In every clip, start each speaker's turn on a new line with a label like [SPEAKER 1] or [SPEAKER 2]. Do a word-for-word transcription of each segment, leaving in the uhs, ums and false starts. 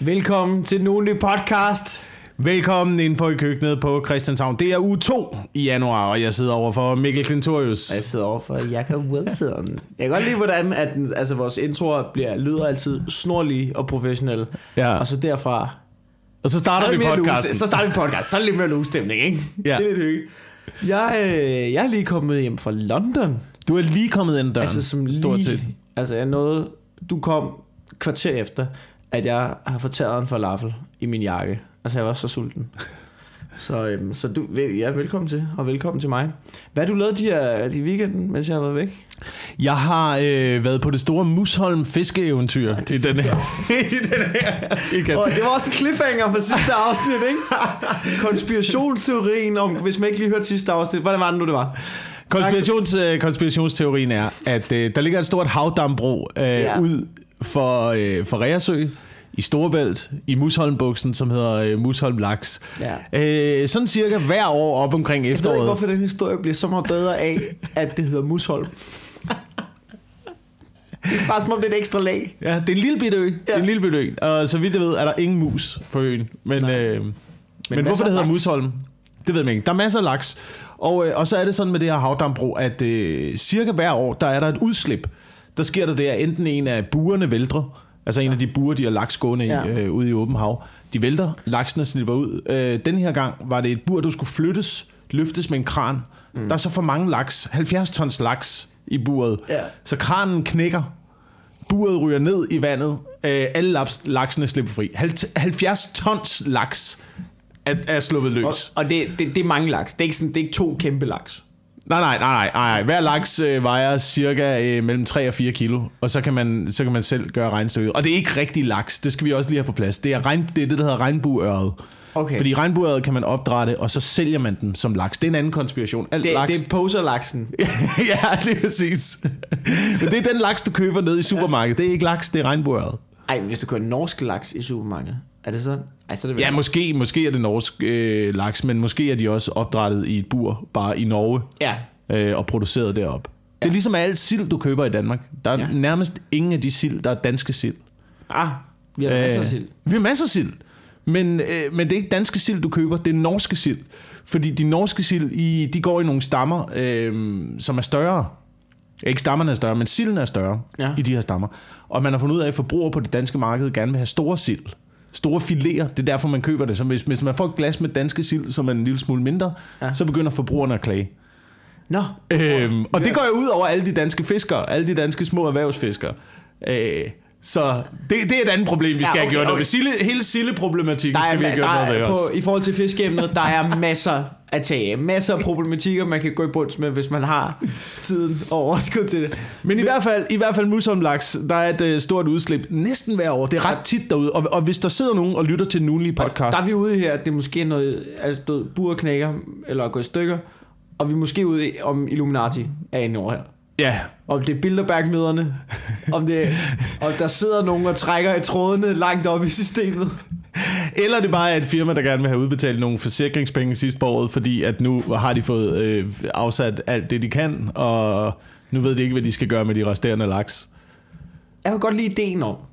[SPEAKER 1] Velkommen til den ugenlige podcast.
[SPEAKER 2] Velkommen indenfor i køkkenet på Christianshavn. Det er uge to i januar, og jeg sidder overfor Mikkel Klintorius.
[SPEAKER 1] Jeg sidder overfor Jakob Wilson. Jeg kan godt lide, hvordan at, altså, vores introer bliver, lyder altid snorlige og professionelle.
[SPEAKER 2] Ja.
[SPEAKER 1] Og så derfra...
[SPEAKER 2] Og så starter vi podcasten.
[SPEAKER 1] Luge, så starter vi podcast. Så er det lidt mere lugestemning, ikke?
[SPEAKER 2] Ja.
[SPEAKER 1] Det er lidt hyggeligt. Jeg, øh, jeg er lige kommet hjem fra London.
[SPEAKER 2] Du er lige kommet ind døren.
[SPEAKER 1] Altså som lige... Altså jeg nåede... Du kom kvarter efter, at jeg har fået taget en falafel i min jakke. Altså jeg var så sulten. Så, øhm, så du, ja, velkommen til, og velkommen til mig. Hvad har du lavet de her i weekenden, mens jeg har været væk?
[SPEAKER 2] Jeg har øh, været på det store Musholm fiskeeventyr ja, i den her. I den her.
[SPEAKER 1] Og det var også en cliffhanger for sidste afsnit, ikke? Konspirationsteorien om, hvis man ikke lige hørte sidste afsnit, hvordan var det nu, det var?
[SPEAKER 2] Konspirations, øh, konspirationsteorien er, at øh, der ligger et stort havdambro øh, ja. ud for, øh, for Reersø i Storebælt, i Musholmbuksen, som hedder øh, Musholm Laks. Ja. Øh, sådan cirka hver år op omkring efteråret.
[SPEAKER 1] Jeg ved ikke, hvorfor den historie bliver så meget bedre af, at det hedder Musholm. Det er bare som om det er et ekstra lag.
[SPEAKER 2] Ja, det er en lille bitte ø. Ja. Det er en lille bitte ø. Og så vidt jeg ved, er der ingen mus på øen. Men, øh, men, men hvorfor det hedder laks? Musholm, det ved man ikke. Der er masser af laks. Og, øh, og så er det sådan med det her havdambro, at øh, cirka hver år, der er der et udslip. Der sker der det, at enten en af burerne vælter. Altså en af de buer, de har laks gående i, ja. øh, ude i åben hav. De vælter, laksene slipper ud. Øh, den her gang var det et bur, der skulle flyttes, løftes med en kran. Mm. Der er så for mange laks, halvfjerds tons laks i buret. Ja. Så kranen knækker, buret ryger ned i vandet, øh, alle laks, laksene slipper fri. halvfjerds tons laks er, er sluppet løs.
[SPEAKER 1] Og, og det, det, det er mange laks, det er ikke, sådan, det er ikke to kæmpe laks.
[SPEAKER 2] Nej, nej, nej, nej. Hver laks øh, vejer cirka øh, mellem tre og fire kilo, og så kan man så kan man selv gøre regnstykket. Og det er ikke rigtig laks, det skal vi også lige have på plads. Det er, regn, det, er det, der hedder regnbueøret. Okay. Fordi regnbueøret kan man opdrætte, og så sælger man den som laks. Det er en anden konspiration. Alt
[SPEAKER 1] det,
[SPEAKER 2] laks...
[SPEAKER 1] det er poserlaksen.
[SPEAKER 2] Ja, det er præcis. Men det er den laks, du køber nede i supermarkedet. Det er ikke laks, det er regnbueøret.
[SPEAKER 1] Ej, hvis du køber norsk laks i supermarkedet, er det sådan? Ej, så er det
[SPEAKER 2] ja, måske, måske er det norsk øh, laks, men måske er de også opdrættet i et bur, bare i Norge, ja. øh, og produceret deroppe. Ja. Det er ligesom alt sild, du køber i Danmark. Der er ja. nærmest ingen af de sild, der er danske sild.
[SPEAKER 1] Ah, vi har øh, masser af sild.
[SPEAKER 2] Vi har masser af sild, men, øh, men det er ikke danske sild, du køber, det er norske sild. Fordi de norske sild, i, de går i nogle stammer, øh, som er større. Ikke stammerne er større, men silden er større ja. i de her stammer. Og man har fundet ud af, at forbrugere på det danske marked gerne vil have store sild. Store fileter, det er derfor, man køber det. Så hvis, hvis man får et glas med danske sild, som er en lille smule mindre, ja. så begynder forbrugerne at klage.
[SPEAKER 1] Nå.
[SPEAKER 2] Øhm, og det går jo ud over alle de danske fiskere, alle de danske små erhvervsfiskere. Øh, så det, det er et andet problem, vi skal ja, okay, have gjort noget ved. Okay. Hele sildeproblematikken skal vi have gjort noget ved også.
[SPEAKER 1] I forhold til fiskeemnet, der er masser at tage. Masser af problematikker, man kan gå i bunds med, hvis man har tiden og overskud til det.
[SPEAKER 2] Men i hvert fald, i hvert fald Musholm-laks, der er et uh, stort udslip næsten hver år. Det er ret tit derude. Og, og hvis der sidder nogen og lytter til den ugenlige podcast...
[SPEAKER 1] Der er vi ude her, at det måske er noget... Altså, død, bur knækker, eller går i stykker. Og vi er måske ude om Illuminati er inde over her.
[SPEAKER 2] Ja.
[SPEAKER 1] Om det er Bilderberg-møderne. om, det, om der sidder nogen og trækker i trådene langt op i systemet.
[SPEAKER 2] Eller det bare er et firma, der gerne vil have udbetalt nogle forsikringspenge sidste på året, fordi at nu har de fået øh, afsat alt det, de kan, og nu ved de ikke, hvad de skal gøre med de resterende laks.
[SPEAKER 1] Jeg kan godt lide ideen om,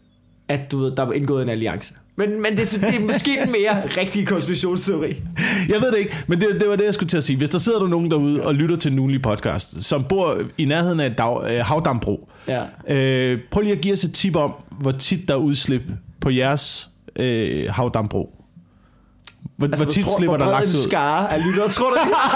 [SPEAKER 1] at du ved, der er indgået en alliance. Men, men det, det er måske en mere rigtig konspirationsteori.
[SPEAKER 2] Jeg ved det ikke, men det, det var det, jeg skulle til at sige. Hvis der sidder der nogen derude og lytter til en ugenlig podcast, som bor i nærheden af et dag, øh, havdambro, ja. øh, prøv lige at give os et tip om, hvor tit der er udslip på jeres øh, havdambro. Hvor, altså, hvor tit tror, slipper hvor der laks ud?
[SPEAKER 1] Skare af lytter, tror du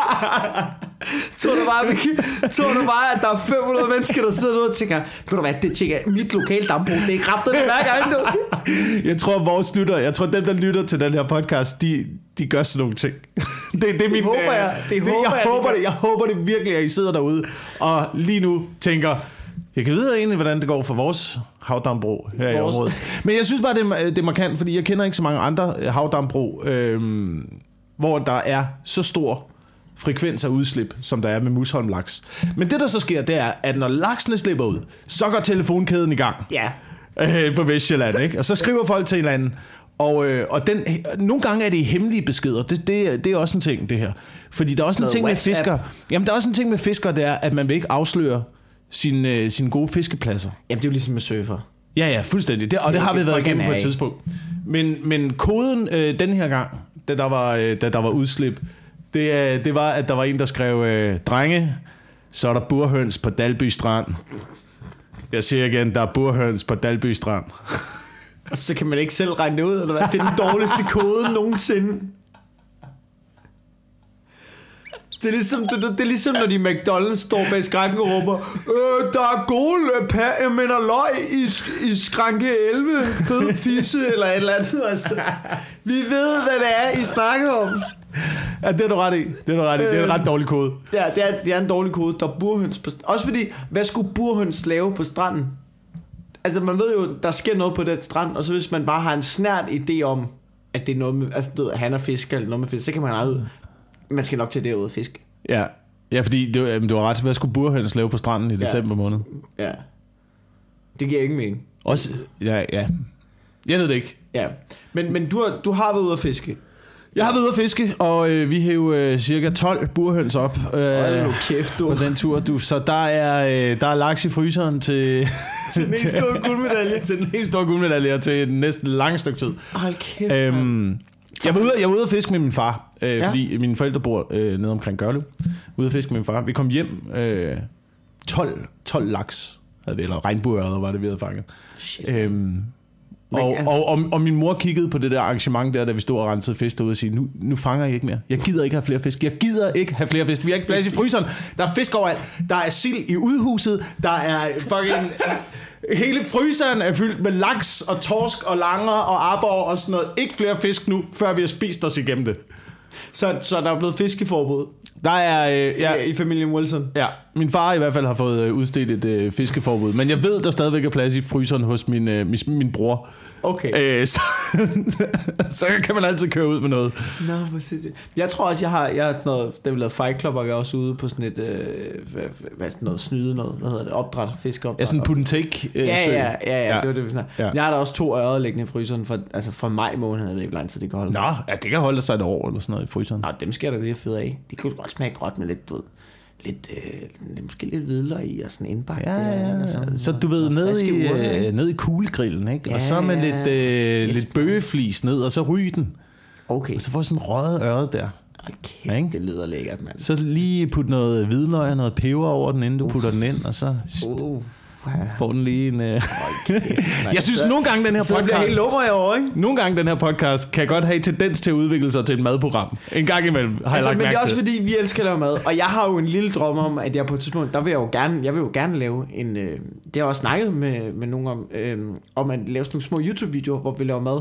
[SPEAKER 1] tror du bare, tror du bare, at der er fem hundrede mennesker, der sidder derude og tænker, ved du hvad, det tænker mit lokale dambro, det er kraftigt hver gang, du.
[SPEAKER 2] Jeg tror, vores lytter, jeg tror, dem, der lytter til den her podcast, de, de gør sådan nogle ting. Det, det er min,
[SPEAKER 1] håber jeg. Det
[SPEAKER 2] det,
[SPEAKER 1] håber
[SPEAKER 2] jeg,
[SPEAKER 1] jeg,
[SPEAKER 2] håber det, jeg håber det virkelig, at I sidder derude, og lige nu tænker, jeg kan vide egentlig, hvordan det går for vores havdambro her vores. i området. Men jeg synes bare, det er, det er markant, fordi jeg kender ikke så mange andre havdambro, øhm, hvor der er så stor frekvens af udslip, som der er med Musholm laks. Men det, der så sker, det er, at når laksene slipper ud, så går telefonkæden i gang.
[SPEAKER 1] Ja.
[SPEAKER 2] Øh, på Vestjylland, ikke? Og så skriver folk til en eller anden, og, øh, og den, nogle gange er det hemmelige beskeder. Det, det, det er også en ting, det her. Fordi der er også en ting med fiskere. Jamen, der er også en ting med fiskere, det er, at man vil ikke afsløre sine, øh, sine gode fiskepladser.
[SPEAKER 1] Jamen, det er jo ligesom med surfer.
[SPEAKER 2] Ja, ja, fuldstændig. Det, og det, det har vi været igennem på et tidspunkt. Men, men koden øh, den her gang, da der var, øh, da der var udslip, det, øh, det var, at der var en, der skrev, øh, drenge, så er der burhøns på Dalby Strand. Jeg siger igen, der er burhøns på Dalby Strand.
[SPEAKER 1] Og så kan man ikke selv regne det ud, eller hvad? Det er den dårligste kode nogensinde. Det er ligesom, det, det er ligesom når de i McDonald's står bag skranken og råber, øh, der er gode pa- jeg mener løg i, i skranke elleve, fed fisse, eller et eller andet. Altså. Vi ved, hvad det er, I snakker om.
[SPEAKER 2] Ja, det er du ret i. Det er du ret i. Det er en ret dårlig kode.
[SPEAKER 1] Ja, det er, det er en dårlig kode. Der er burhøns på stranden. Også fordi, hvad skulle burhøns lave på stranden? Altså, man ved jo, der sker noget på den strand, og så hvis man bare har en snært idé om, at det er noget med, altså, du ved, han er fisker, eller noget med fisk, så kan man aldrig, man skal nok til derude og fiske. Ja.
[SPEAKER 2] Ja, fordi det var, du var ret til, hvad skulle burhøns lave på stranden i december måned?
[SPEAKER 1] Ja. Det giver ikke mening.
[SPEAKER 2] Også, ja, ja. Jeg ved det ikke.
[SPEAKER 1] Ja. Men, men du, har, du har været ude at fiske.
[SPEAKER 2] Jeg har været ude at fiske, og øh, vi hæv øh, cirka tolv burhøns op øh,
[SPEAKER 1] oh, kæft, du.
[SPEAKER 2] på den tur. Du. Så der er, øh, der er laks i fryseren til,
[SPEAKER 1] til den helt store guldmedalje.
[SPEAKER 2] til den helt store guldmedalje og til den næsten lang stykke tid.
[SPEAKER 1] Hold kæft,
[SPEAKER 2] øhm, jeg, var ude, jeg var ude at fiske med min far, øh, ja. fordi mine forældre bor øh, nede omkring Gørlev. Ude at fiske med min far. Vi kom hjem, øh, tolv, tolv laks, havde vi, eller regnbueørder var det, vi havde fanget. Øhm, Og, og, og, og min mor kiggede på det der arrangement der, da vi stod og rensede fisk derude og sige, nu, nu fanger jeg ikke mere. Jeg gider ikke have flere fisk. Jeg gider ikke have flere fisk. Vi har ikke plads i fryseren. Der er fisk overalt. Der er sild i udhuset. Der er fucking... Hele fryseren er fyldt med laks og torsk og langer og arbor og sådan noget. Ikke flere fisk nu, før vi har spist os igennem det.
[SPEAKER 1] Så, så der er blevet fiskeforbud?
[SPEAKER 2] Der er øh, ja,
[SPEAKER 1] I, i familien Wilson?
[SPEAKER 2] Ja, min far i hvert fald har fået øh, udstedt et øh, fiskeforbud. Men jeg ved, der stadigvæk er plads i fryseren hos min, øh, min, min bror.
[SPEAKER 1] Okay.
[SPEAKER 2] Øh, så, så kan man altid køre ud med noget.
[SPEAKER 1] Nå, hvor sindssygt. Jeg tror også, jeg har, jeg har sådan noget, da vi lavede Fight Club, og jeg også ude på sådan et, øh, hvad, hvad sådan noget snyde noget, hvad hedder det, opdræt, fiskeopdræt.
[SPEAKER 2] Ja, sådan en put and take øh,
[SPEAKER 1] ja,
[SPEAKER 2] sø.
[SPEAKER 1] ja, ja, ja,
[SPEAKER 2] ja,
[SPEAKER 1] det var det, vi snakkede. Ja. Jeg har da også to øre liggende i fryseren, for, altså fra maj måned, jeg ved ikke, hvor lang tid det kan holde.
[SPEAKER 2] Nå, ja, det kan holde sig et år eller sådan noget i fryseren.
[SPEAKER 1] Nå, dem skal jeg da lige fede af. De kunne godt smage godt med lidt, du ved, lidt, øh, måske lidt hvidløg i og sådan indbagt.
[SPEAKER 2] Ja, ja, sådan, så du ved, ned i, øh, ned i kuglegrillen, ikke? Ja, og så med lidt, øh, lidt bøgeflis ned, og så ryge den.
[SPEAKER 1] Okay.
[SPEAKER 2] Og så får du sådan en røget øre der.
[SPEAKER 1] Hold kæft, ja, det lyder lækkert, mand.
[SPEAKER 2] Så lige put noget hvidløg og noget peber over den, inden du uh. putter den ind, og så... Uh. Får den lige en... Uh... Okay, jeg synes, så, nogle gange den her
[SPEAKER 1] så
[SPEAKER 2] podcast...
[SPEAKER 1] helt lummer jeg over, ikke?
[SPEAKER 2] Nogle gange den her podcast kan godt have tendens til at udvikle sig til et madprogram. En gang imellem har altså, jeg lagt
[SPEAKER 1] men
[SPEAKER 2] mærke
[SPEAKER 1] det er også
[SPEAKER 2] til.
[SPEAKER 1] fordi, vi elsker at lave mad. Og jeg har jo en lille drøm om, at jeg på et tidspunkt... Der vil jeg jo gerne, jeg vil jo gerne lave en... Øh, det har jeg også snakket med, med nogen om, øh, om at lave sådan nogle små YouTube-videoer, hvor vi laver mad.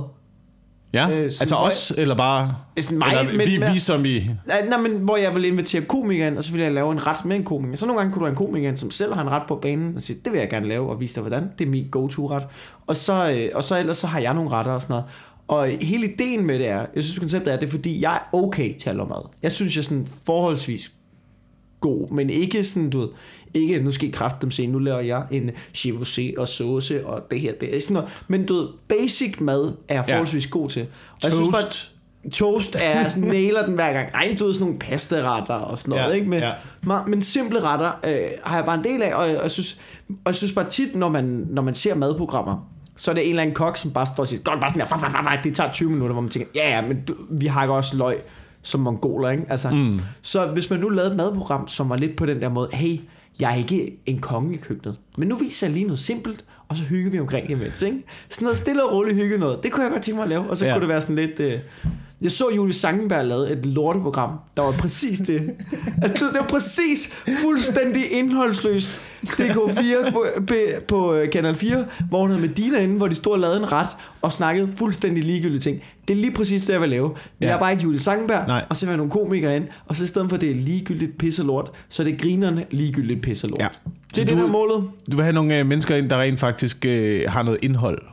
[SPEAKER 2] Ja, øh, altså os, eller bare...
[SPEAKER 1] Mig,
[SPEAKER 2] eller
[SPEAKER 1] men,
[SPEAKER 2] vi,
[SPEAKER 1] men,
[SPEAKER 2] vi som i...
[SPEAKER 1] Nej, nej, men hvor jeg vil invitere komikeren, og så vil jeg lave en ret med en komiker. Så nogle gange kunne du have en komiker, som selv har en ret på banen, og sige, det vil jeg gerne lave, og vise dig, hvordan. Det er min go-to-ret. Og så, øh, og så ellers så har jeg nogle retter og sådan noget. Og hele ideen med det er, jeg synes konceptet er, det er, fordi jeg er okay til at lave mad. Jeg synes, jeg er sådan forholdsvis god, men ikke sådan, du ved, ikke, nu skal I kræfte dem se, nu laver jeg en chivosé og sauce og det her, det er sådan noget. Men du ved, basic mad er jeg forholdsvis ja. god til. Og
[SPEAKER 2] toast. Jeg synes bare,
[SPEAKER 1] toast er sådan, nailer den hver gang. Ej, du ved, sådan nogle pastaretter og sådan noget, ja. ikke? Men, ja. men simple retter øh, har jeg bare en del af, og jeg, og jeg, synes, og jeg synes bare tit, når man, når man ser madprogrammer, så er det en eller anden kok, som bare står og siger, godt bare sådan her, det tager tyve minutter, hvor man tænker, ja, ja, men du, vi hakker også løg som mongoler, ikke? Altså, mm. Så hvis man nu lavede et madprogram, som var lidt på den der måde, hey, jeg er ikke en konge i køkkenet, men nu viser jeg lige noget simpelt, og så hygger vi omkring imens, ikke? Sådan noget stille og roligt hygge noget, det kunne jeg godt tænke mig at lave, og så ja. kunne det være sådan lidt... Øh... Jeg så Julie Sangenberg lavede et lorteprogram, der var præcis det. Altså, det var præcis fuldstændig indholdsløst D K fire på, på Kanal fire, hvor hun havde med Dina inde, hvor de stod og lavede en ret og snakkede fuldstændig ligegyldige ting. Det er lige præcis det, jeg vil lave. Men ja. jeg er bare ikke Julie Sangenberg, Nej. og så vil jeg nogle komikere ind, og så i stedet for det er ligegyldigt pisselort, så er det grinerne ligegyldigt pisselort. Ja. Det er det, der er målet.
[SPEAKER 2] Du vil have nogle øh, mennesker ind, der rent faktisk øh, har noget indhold,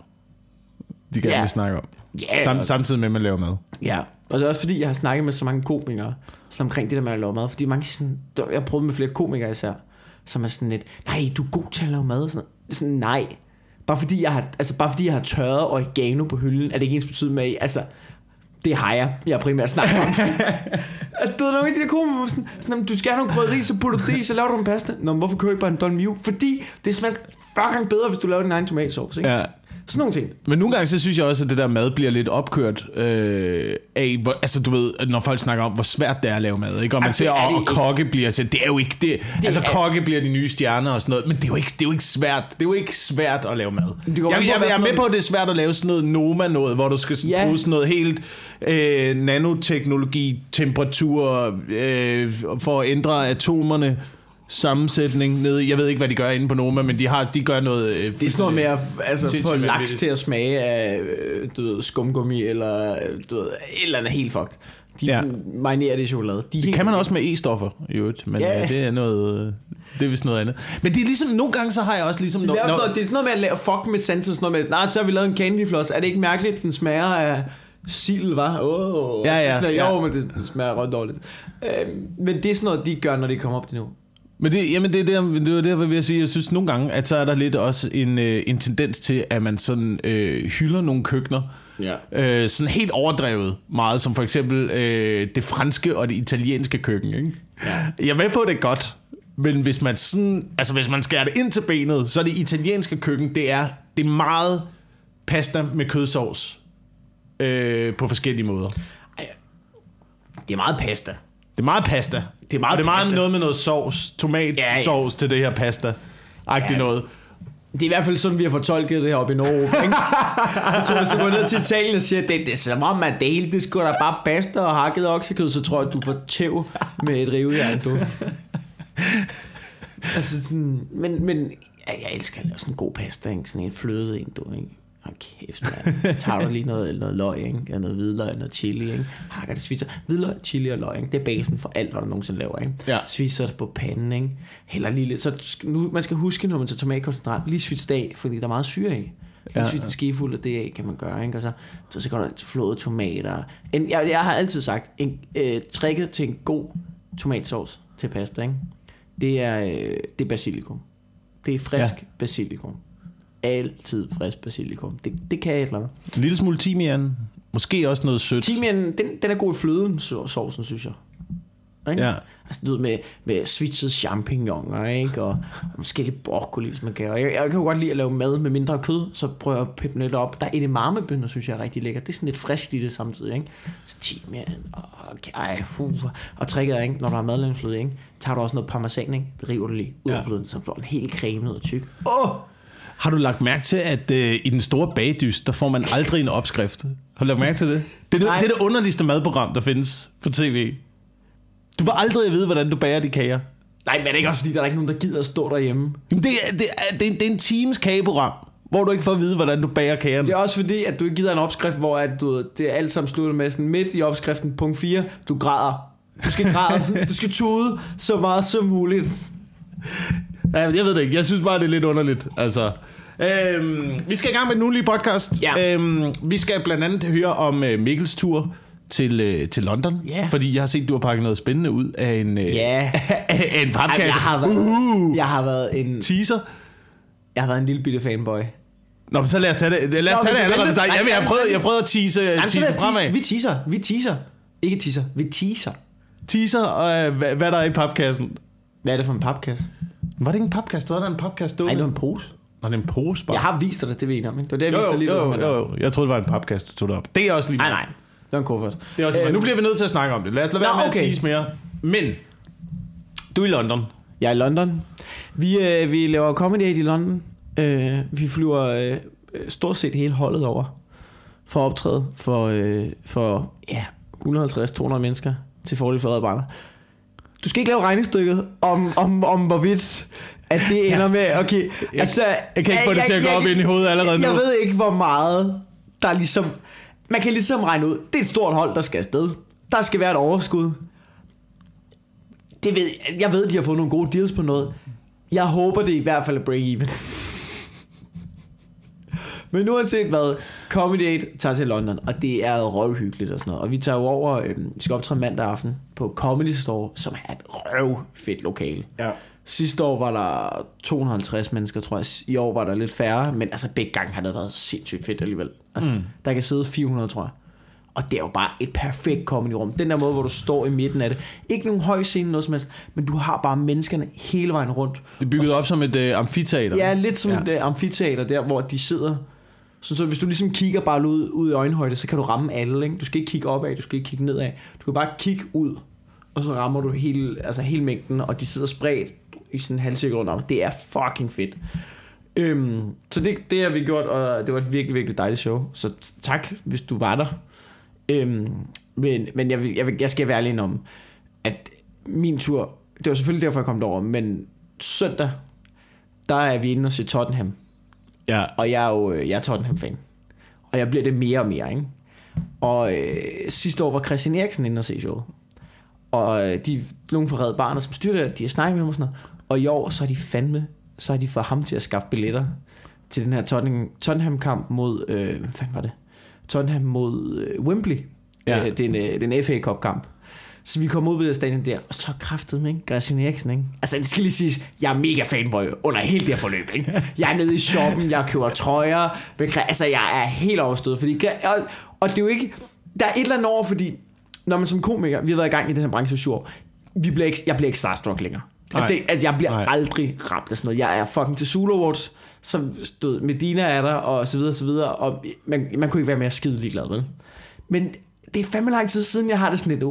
[SPEAKER 2] de gerne ja. vil snakke om. Yeah. Sam, samtidig med, at man laver mad.
[SPEAKER 1] Ja, og det er også fordi, jeg har snakket med så mange komikere sådan omkring det der med at lave mad. Fordi mange siger sådan, jeg har prøvet med flere komikere især, som er sådan lidt, nej, du er god til at lave mad. Sådan, sådan nej, bare fordi jeg har, altså bare fordi jeg har tørret oregano på hylden, er det ikke ens betydning med, altså, det har jeg, jeg primært snakker om. Altså, du ved, nogle af de der komikere, sådan, sådan, du skal have nogle krydderi, så putter du det i, så laver du en pasta. Nå, men hvorfor kører du ikke bare en Don Mio? Fordi det smager fucking bedre, hvis du laver din egen tomatsauce, ikke?
[SPEAKER 2] Ja.
[SPEAKER 1] Sådan nogle ting.
[SPEAKER 2] Men nogle gange, så synes jeg også, at det der mad bliver lidt opkørt øh, af, hvor, altså du ved, når folk snakker om, hvor svært det er at lave mad, ikke? Og man ser, at og kokke bliver til, det er jo ikke det. det altså er, kokke bliver de nye stjerner og sådan noget, men det er jo ikke, det er jo ikke svært. Det er jo ikke svært at lave mad. Jeg, jeg, jeg, jeg er med på, at det er svært at lave sådan noget Noma noget, hvor du skal sådan ja. bruge sådan noget helt øh, nanoteknologi, temperatur, øh, for at ændre atomerne. Sammensætning nede. Jeg ved ikke, hvad de gør inde på Noma, men de har de gør noget. Øh,
[SPEAKER 1] det er sådan noget med at altså, få laks til at smage af du ved, skumgummi eller du ved, et eller andet helt fucked. De ja. marinerer det i chokolade. De
[SPEAKER 2] det kan man også med E-stoffer i øvrigt, men ja. Ja, det er noget. Det er vist noget andet. Men det er ligesom nogle gange så har jeg også ligesom.
[SPEAKER 1] Det er, no, noget, det er sådan noget med at lave fuck med sansen, sådan noget med. Nej, så har vi lavet en candyfloss. Er det ikke mærkeligt, den smager af sild, hva? Åh, oh,
[SPEAKER 2] ja, ja,
[SPEAKER 1] smager,
[SPEAKER 2] ja.
[SPEAKER 1] Jo, men det smager ret dårligt. Øhm, men det er sådan noget, de gør, når de kommer op til nu.
[SPEAKER 2] Men det, jamen det, det, det var det, vil jeg sige. Jeg synes nogle gange, at så er der lidt også en, øh, en tendens til, at man sådan øh, hylder nogle køkkener. Ja. Øh, sådan helt overdrevet meget, som for eksempel øh, det franske og det italienske køkken. Ikke? Ja. Jeg er med på, det er godt. Men hvis man sådan, altså hvis man skærer det ind til benet, så er det italienske køkken, det er, det er meget pasta med kødsovs øh, på forskellige måder.
[SPEAKER 1] Ej, det er meget pasta.
[SPEAKER 2] Det er meget pasta.
[SPEAKER 1] Det er meget,
[SPEAKER 2] og det er meget noget med noget sovs, tomatsovs ja, ja. til det her pasta. Agtigt ja. noget.
[SPEAKER 1] Det er i hvert fald sådan, vi har fortolket det her oppe i Norge. Ikke? Jeg tror, hvis du går ned til Italien og siger, at det, det er som om, at det hele, det skulle da bare pasta og hakket oksekød, så tror jeg, at du får tæv med et rivejern, du. Altså sådan, men, men ja, jeg elsker at lave sådan en god pasta, ikke? Sådan en fløde, ikke? Du, ikke? Hold kæft, man. Tager du lige noget, noget løg, ikke? Eller noget hvidløg, noget chili, ikke? Hakker det, svitser. Hvidløg, chili og løg, ikke? Det er basen for alt, hvad du nogensinde laver, ikke? Ja. Svitser det på panden, ikke? Heller lige lidt. Så nu, man skal huske, når man tager tomatkoncentrat, lige svits af, fordi der er meget syre i. Lige ja. svits en skefuld af det af, kan man gøre, ikke? Og så, så, så går der flåede tomater. En, jeg, jeg har altid sagt, en, øh, tricket til en god tomatsauce til pasta, ikke? Det er, øh, det er basilikum. Det er frisk ja. basilikum. Altid frisk basilikum. Det, det kan jeg et eller andet.
[SPEAKER 2] En lille smule timian. Måske også noget sødt.
[SPEAKER 1] Timian, den, den er god i fløden, sovsen, synes jeg. Ikke? Ja. Altså, du ved, med, med switchet champignoner, ikke? Og, og måske lidt broccoli, hvis man kan. Og jeg, jeg kan jo godt lide at lave mad med mindre kød, så prøver jeg at pippe lidt op. Der er edamamebønner, synes jeg er rigtig lækkert. Det er sådan lidt frisk i det samtidig, ikke? Så timian, og, ej, uh, og tricket er, ikke? Når du har madlavningsfløde, ikke? Tager du også noget parmesan, ikke? Det river du lige ud af ja. fløden, så bliver den helt cremet og tyk. Åh! Oh!
[SPEAKER 2] Har du lagt mærke til, at øh, i den store bagdyst, der får man aldrig en opskrift? Har du lagt mærke til det? Det er det, det, er det underligste madprogram, der findes på tv. Du vil aldrig at vide, hvordan du bager de kager.
[SPEAKER 1] Nej, men er det ikke også, fordi der er ikke nogen, der gider at stå derhjemme?
[SPEAKER 2] Jamen, det, er, det, er, det, er, det er en times kageprogram, hvor du ikke får at vide, hvordan du bager kagerne.
[SPEAKER 1] Det er også fordi, at du ikke gider en opskrift, hvor at du, det er alt sammen slutter med sådan midt i opskriften, punkt fire, du græder. Du skal græde, du skal tude så meget som muligt.
[SPEAKER 2] Ja, jeg ved det ikke. Jeg synes bare, det er lidt underligt. Altså, øhm, vi skal i gang med den ugenlige podcast. Ja. Øhm, vi skal blandt andet høre om øh, Mikkels tur til, øh, til London. Yeah. Fordi jeg har set, du har pakket noget spændende ud af en, øh, yeah. af en papkasse.
[SPEAKER 1] Jeg har været, uh, jeg har været en
[SPEAKER 2] teaser.
[SPEAKER 1] Jeg har været en lille bitte fanboy.
[SPEAKER 2] Nå, men så lad os tage det. Lad os Nå, tage det allerede. Nej, jeg, jeg, prøvede, jeg prøvede at tease, Jamen, tease fremad.
[SPEAKER 1] Vi teaser. Vi teaser. Ikke teaser. Vi teaser.
[SPEAKER 2] Teaser, og øh, hvad, hvad der er i papkassen.
[SPEAKER 1] Hvad er det for en papkasse?
[SPEAKER 2] Var det ikke en papkasse? Du havde der en papkasse stående?
[SPEAKER 1] Nej, det var en pose.
[SPEAKER 2] Nå, det er en pose bare.
[SPEAKER 1] Jeg har vist dig det, det ved jeg ikke. Det var det, jeg
[SPEAKER 2] jo,
[SPEAKER 1] viste dig lige.
[SPEAKER 2] Jo, jo, jo, jeg troede, det var en papkasse, du tog det op. Det er også lige
[SPEAKER 1] Nej, nej. Det var en kuffert.
[SPEAKER 2] Det er også øh, nu bliver vi nødt til at snakke om det. Lad os lade være Nå, med okay. at tease mere. Men, du er i London.
[SPEAKER 1] Jeg er i London. Vi, øh, vi laver comedy i London. Øh, vi flyver øh, stort set hele holdet over for at optræde for, øh, for ja, et hundrede og halvtreds til to hundrede mennesker til fordel for Red Barnet. Du skal ikke lave regnestykket om, om, om hvorvidt at det ender med okay,
[SPEAKER 2] jeg, altså, jeg kan ikke få det til at gå op ind i hovedet allerede
[SPEAKER 1] jeg,
[SPEAKER 2] nu.
[SPEAKER 1] Jeg ved ikke hvor meget der er ligesom. Man kan ligesom regne ud. Det er et stort hold der skal afsted. Der skal være et overskud. Det ved jeg ved de har fået nogle gode deals på noget. Jeg håber det i hvert fald er break even. Men uanset hvad, Comedy eight tager til London, og det er røvhyggeligt og sådan noget. Og vi tager jo over, øh, vi skal optræde mandag aften på Comedy Store, som er et røvfedt lokale. Ja. Sidste år var der to hundrede og halvtreds mennesker, tror jeg. I år var der lidt færre, men altså begge gange har det været sindssygt fedt alligevel. Altså, mm. Der kan sidde fire hundrede, tror jeg. Og det er jo bare et perfekt comedyrum. Den der måde, hvor du står i midten af det. Ikke nogen høj scene, noget som helst, men du har bare menneskerne hele vejen rundt.
[SPEAKER 2] Det er bygget op som et uh, amfiteater.
[SPEAKER 1] Ja, lidt som ja. et uh, amfiteater der, hvor de sidder Så, så hvis du ligesom kigger bare ud, ud i øjenhøjde, så kan du ramme alle, ikke? Du skal ikke kigge opad, du skal ikke kigge nedad. Du kan bare kigge ud, og så rammer du hele, altså hele mængden, og de sidder spredt i sådan en halvcirkel rundt om. Det er fucking fedt. Øhm, så det, det har vi gjort, og det var et virkelig, virkelig dejligt show. Så tak, hvis du var der. Øhm, men men jeg, jeg, jeg skal være ærlig om, at min tur, det var selvfølgelig derfor, jeg kom derover, men søndag, der er vi inde og se Tottenham.
[SPEAKER 2] Ja.
[SPEAKER 1] Og jeg er jo jeg er Tottenham-fan. Og jeg bliver det mere og mere, ikke? Og øh, sidste år var Christian Eriksen inde og se showet. Og øh, de er nogle fra Red Barnet, som styrer det, de har snakket med ham og sådan noget. Og i år, så har de fandme, så har de fået ham til at skaffe billetter til den her Tottenham, Tottenham-kamp mod, øh, hvad fanden var det? Tottenham mod øh, Wembley. Ja. Øh, det er en, øh, den F A Cup-kamp. Så vi kommer ud på det stadion der, og så kraftede mig, ikke? Christian Eriksen, ikke? Altså, det skal lige siges, jeg er mega fanboy under hele det her forløb, ikke? Jeg er nede i shoppen, jeg køber trøjer, altså, jeg er helt overstået, fordi, og, og det er jo ikke, der er et eller andet over, fordi, når man som komiker, vi har været i gang i den her branche i syv år, vi bliver ikke, jeg bliver ikke starstruck længere. Altså, det, altså, jeg bliver Nej. aldrig ramt af sådan noget. Jeg er fucking til Zulu Awards, så stod Medina er der, og så videre, og så videre, og man, man kunne ikke være mere skide ligeglad, vel? Men det er fandme lang tid siden, jeg har det sådan lidt, uh,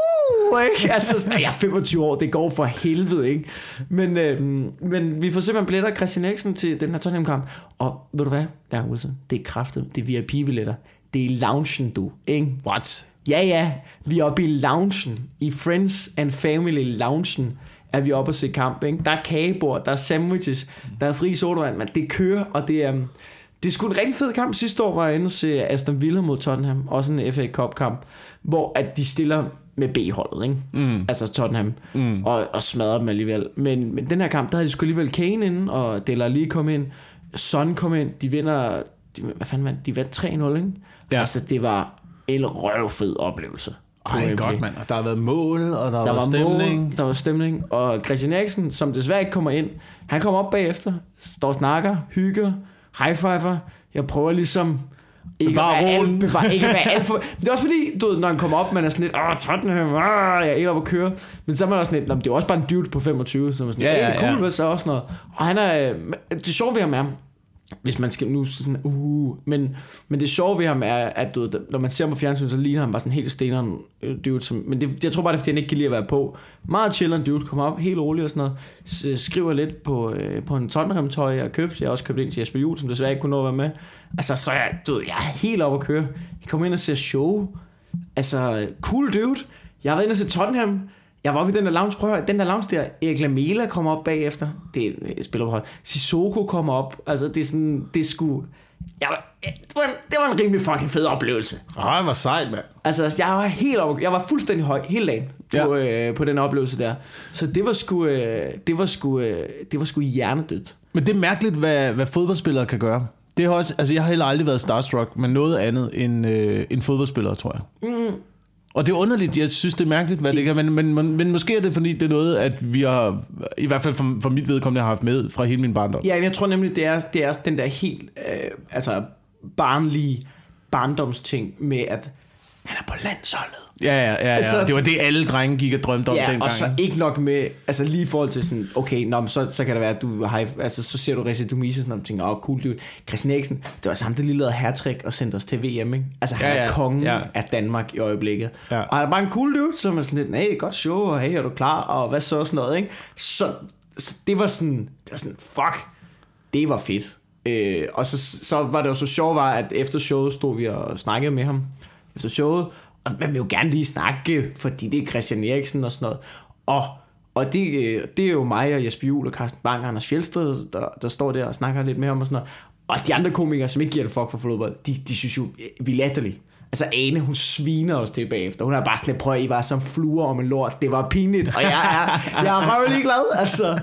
[SPEAKER 1] ikke? Altså sådan, jeg er femogtyve år, det går for helvede, ikke? Men, øhm, men vi får simpelthen billetter Christian Eriksen til den her Tottenham-kamp, og ved du hvad, Jacob Wilson, det er kraftet, det er V I P-billetter, det er loungen, du, ikke?
[SPEAKER 2] What?
[SPEAKER 1] Ja, ja, vi er oppe i loungen, i Friends and Family loungen, er vi oppe at se kamp, ikke? Der er kagebord, der er sandwiches, der er fri sodavand, men det kører, og det er... Um, Det er sgu en rigtig fed kamp. Sidste år var jeg inde og se Aston Villa mod Tottenham. Også en F A Cup-kamp, hvor at de stiller med B-holdet, ikke? Mm. Altså Tottenham, mm. og, og smadrer dem alligevel. Men, men den her kamp, der havde de sgu alligevel Kane inde, og Dele Alli kom ind, Son kom ind, de vinder, de, hvad fanden man, de vandt tre nul, ikke? Ja. Altså det var en røvfed oplevelse.
[SPEAKER 2] Ej, godt mand. Der har været mål, og der, der var stemning.
[SPEAKER 1] Mål, der var stemning, og Christian Eriksen, som desværre ikke kommer ind, han kommer op bagefter, står og snakker, hygger, high-fiver. Jeg prøver ligesom ikke at være alt, bevare, ikke at være alt for... Det er også fordi, du ved, når han kommer op, man er sådan lidt, åh, Tottenham, åh, jeg er ikke oppe at køre. Men så er man også sådan lidt, det er også bare en dude på femogtyve, som er sådan, ja, ja, ja. Cool, hvad så også noget. Og han er, det sjove ved ham er, hvis man skal nu sådan, uh, men, men det sjove ved ham er, at du, når man ser ham på fjernsyn, så ligner han bare sådan helt steneren dude, som, men det, jeg tror bare, det er, fordi han ikke kan lide at være på. Meget chilleren dude, kommer op helt roligt og sådan noget, skriver lidt på, øh, på en Tottenham-tøj, jeg har købt. Jeg har også købt ind til Jesper Juhl, som desværre ikke kunne nå at være med. Altså, så jeg, du, jeg er helt oppe at køre. Jeg kommer ind og ser show. Altså, cool dude. Jeg har været inde og se Tottenham. Jeg var oppe i den der lounge, prøv at høre, den der lounge der, Erik Lamela kommer op bagefter, det er en spiller på hold, Sissoko kommer op, altså det er sådan, det er sgu, jeg var, det, var en, det var en rimelig fucking fed oplevelse.
[SPEAKER 2] Ej, hvor sejt, mand.
[SPEAKER 1] Altså, jeg var helt oppe, jeg var fuldstændig høj hele dagen på, ja. øh, på den oplevelse der, så det var sgu, øh, det var sgu, øh, det var sgu hjernedødt. Men
[SPEAKER 2] det er mærkeligt, hvad, hvad fodboldspillere kan gøre. Det har også, altså jeg har heller aldrig været starstruck, men noget andet end, øh, end fodboldspillere, tror jeg. Mm. Og det er underligt, jeg synes det er mærkeligt, hvad det, det kan, men, men, men, men måske er det fordi, det er noget, at vi har, i hvert fald for, for mit vedkommende, har haft med fra hele min barndom.
[SPEAKER 1] Ja, jeg tror nemlig, det er, det er den der helt, øh, altså barnlige barndomsting med, at han er på landsholdet.
[SPEAKER 2] Ja, ja, ja, ja. Altså, det var det, alle drenge gik og drømte om
[SPEAKER 1] ja,
[SPEAKER 2] dengang.
[SPEAKER 1] Og så ikke nok med, altså lige i forhold til sådan, okay, nå, så, så kan det være, at du har, altså så ser du Rizzi Dumise sådan, og tænker, åh, oh, cool dude. Christian Eriksen, det var samme, der lige lavede hattrick og sendte os til V M, ikke? Altså han ja, ja, er kongen ja. af Danmark i øjeblikket. Ja. Og han er bare en cool dude, som er sådan lidt, hey, godt show, og hey, er du klar, og hvad så, sådan noget, ikke? Så, så det var sådan, det var sådan, fuck, det var fedt. Øh, og så, så var det jo så sjovt, var, at efter showet stod vi og snakkede med ham, efter showet, og man vil jo gerne lige snakke, fordi det er Christian Eriksen og sådan noget. Og, og det, det er jo mig og Jesper Juhl og Carsten Bang og Anders Fjeldsted, der, der står der og snakker lidt med ham og sådan noget. Og de andre komikere, som ikke giver det fuck for fodbold, de, de synes jo, vi er latterlige. Altså Ane, hun sviner os til bagefter. Hun er bare sådan lidt, prøv at I var som fluer om en lort. Det var pinligt, og jeg er, jeg er røvlig glad, altså.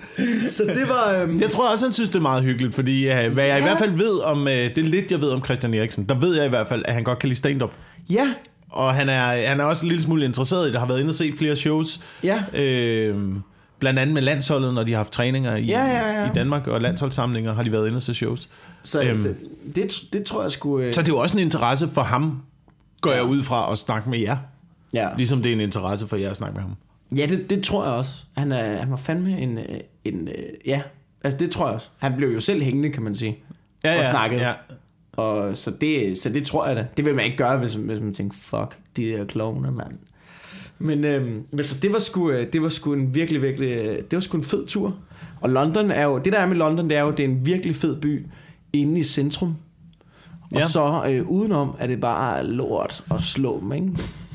[SPEAKER 1] Så det var... Øhm...
[SPEAKER 2] Jeg tror også, han synes, det er meget hyggeligt, fordi øh, hvad jeg ja. i hvert fald ved om, øh, det er lidt, jeg ved om Christian Eriksen, der ved jeg i hvert fald, at han godt kan lide stand-up.
[SPEAKER 1] Ja.
[SPEAKER 2] Og han er, han er også en lille smule interesseret i det, har været inde og se flere shows.
[SPEAKER 1] Ja.
[SPEAKER 2] Øh, blandt andet med landsholdet, når de har haft træninger i,
[SPEAKER 1] ja, ja, ja.
[SPEAKER 2] i Danmark, og landsholdssamlinger har de været inde og se shows.
[SPEAKER 1] Så, øhm, så det, det tror jeg sgu... Øh...
[SPEAKER 2] Så det er jo også en interesse for ham, går ja. jeg ud fra at snakke med jer.
[SPEAKER 1] Ja.
[SPEAKER 2] Ligesom det er en interesse for jer at snakke med ham.
[SPEAKER 1] Ja, det, det tror jeg også. Han, er, han var fandme en... en ja, altså det tror jeg også. Han blev jo selv hængende, kan man sige.
[SPEAKER 2] Ja,
[SPEAKER 1] og
[SPEAKER 2] ja,
[SPEAKER 1] snakkede.
[SPEAKER 2] Ja.
[SPEAKER 1] Og så det, så det tror jeg da. Det vil man ikke gøre, hvis, hvis man tænker, fuck, de der klovner, mand. Men, øhm, men så det var sgu, det var sgu en virkelig, virkelig, det var sgu en fed tur. Og London er jo, det der er med London, det er jo, det er en virkelig fed by inde i centrum. Og ja. så øh, udenom er det bare lort og slum, ikke?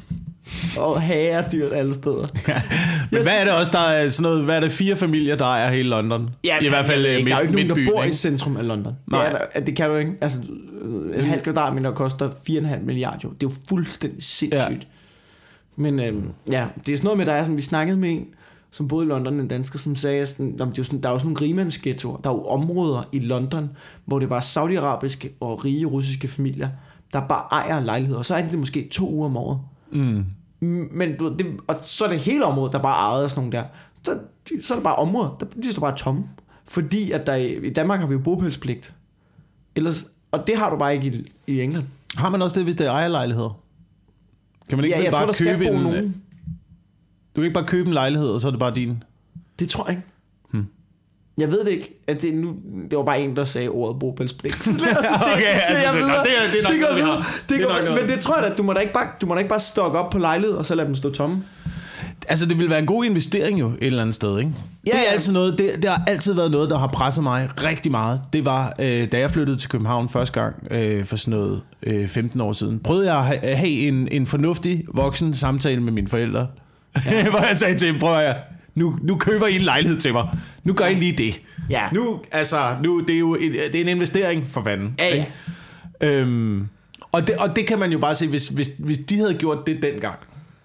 [SPEAKER 1] Og hagerdyrt alle steder. Ja.
[SPEAKER 2] Men hvad er det også, der er sådan noget, hvad er det, fire familier, der er hele London?
[SPEAKER 1] Ja,
[SPEAKER 2] i hvert fald
[SPEAKER 1] ikke, der er jo ikke nogen, der
[SPEAKER 2] byen,
[SPEAKER 1] bor
[SPEAKER 2] ikke?
[SPEAKER 1] i centrum af London.
[SPEAKER 2] Nej.
[SPEAKER 1] Det, er, det kan du ikke. Altså, en halv kvadratmeter koster fire komma fem milliarder jo. Det er jo fuldstændig sindssygt. Ja. Men øhm, ja, det er sådan noget med, der er sådan, vi snakkede med en, som boede i London, en dansker, som sagde, sådan, det er jo sådan, der er jo sådan nogle rimandsghettoer. Der er jo områder i London, hvor det er bare saudiarabiske og rige russiske familier, der bare ejer lejligheder. Og så er det måske to uger om året. Mm. Men du, det, og så er det hele området, der bare ejet af sådan nogle der. Så, så er det bare områder, der, de står bare tomme. Fordi at der i, i Danmark har vi jo bopælspligt. Ellers, og det har du bare ikke i, i England.
[SPEAKER 2] Har man også det, hvis det er ejerlejligheder? Kan man ikke
[SPEAKER 1] ja, jeg
[SPEAKER 2] bare
[SPEAKER 1] tror,
[SPEAKER 2] købe en...
[SPEAKER 1] Nogen.
[SPEAKER 2] Du kan ikke bare købe en lejlighed, og så er det bare din?
[SPEAKER 1] Det tror jeg ikke. Hmm. Jeg ved det ikke. Altså, det, nu, det var bare en, der sagde ordet bopælspligt. Så lad os se, okay, så jeg videre. Det, er, det er nok det noget, vi har. Det det nok men det tror jeg da, du må da ikke bare, du må da ikke bare stokke op på lejlighed, og så lade dem stå tomme.
[SPEAKER 2] Altså, det vil være en god investering jo, et eller andet sted, ikke? Ja, det er ja. altid noget, det, det har altid været noget, der har presset mig rigtig meget. Det var, øh, da jeg flyttede til København første gang, øh, for sådan noget øh, femten år siden, prøvede jeg at have en, en fornuftig voksen samtale med mine forældre. Ja. Hvor jeg sagde til dem, prøv at nu, nu køber I en lejlighed til mig. Nu gør I lige det.
[SPEAKER 1] Ja.
[SPEAKER 2] Nu, altså, nu, det er jo en, det er en investering for fanden.
[SPEAKER 1] Ja, ja.
[SPEAKER 2] Øhm, og, det, og det kan man jo bare se, hvis, hvis, hvis de havde gjort det dengang,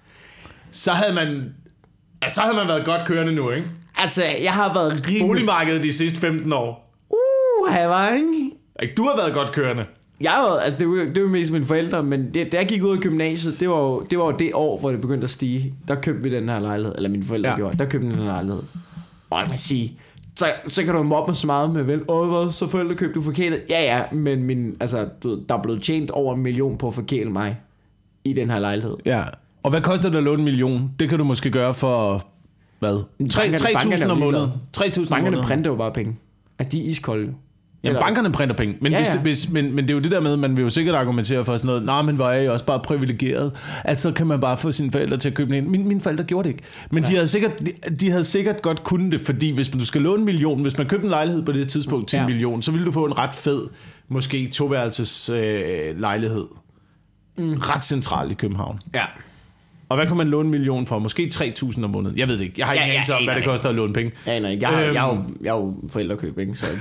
[SPEAKER 2] så havde man, altså, så havde man været godt kørende nu, ikke?
[SPEAKER 1] Altså, jeg har været rimelig...
[SPEAKER 2] Boligmarkedet de sidste femten år.
[SPEAKER 1] Uh, har jeg ikke?
[SPEAKER 2] Du har været godt kørende.
[SPEAKER 1] Jeg var, altså det var, det var mest mine forældre, men det, da jeg gik ud af gymnasiet, det var, jo, det var jo det år, hvor det begyndte at stige. Der købte vi den her lejlighed, eller mine forældre ja. gjorde, der købte den her lejlighed. Og jeg kan sige, så, så kan du mobbe mig så meget med, vel, åh hvad, så forældre købte du forkælet. Ja ja, men min, altså, der er blevet tjent over en million på at forkæle mig i den her lejlighed.
[SPEAKER 2] Ja, og hvad koster det at låne en million? Det kan du måske gøre for, hvad? tre tusind om måneden. tre tusind om måneden.
[SPEAKER 1] Bankerne printer jo bare penge. Altså, de er iskolde jo.
[SPEAKER 2] Jamen,
[SPEAKER 1] Eller...
[SPEAKER 2] bankerne printer penge, men,
[SPEAKER 1] ja,
[SPEAKER 2] hvis
[SPEAKER 1] ja.
[SPEAKER 2] det, hvis, men, men det er jo det der med, man vil jo sikkert argumentere for sådan noget, nej, men hvor er jeg også bare privilegeret, at så kan man bare få sine forældre til at købe en. Min, mine forældre gjorde det ikke, men ja. de, havde sikkert, de, de havde sikkert godt kunnet det, fordi hvis man, du skal låne en million, hvis man købte en lejlighed på det tidspunkt til ja. en million, så ville du få en ret fed, måske toværelses øh, lejlighed, mm. ret centralt i København.
[SPEAKER 1] Ja.
[SPEAKER 2] Og hvad kan man låne en million for? Måske tre tusind om måneden. Jeg ved det ikke. Jeg har ikke ja, anelse om, hvad det koster at låne penge.
[SPEAKER 1] Ja, nej, jeg, øhm, jeg, er jo, jeg er jo forældrekøb, ikke? Så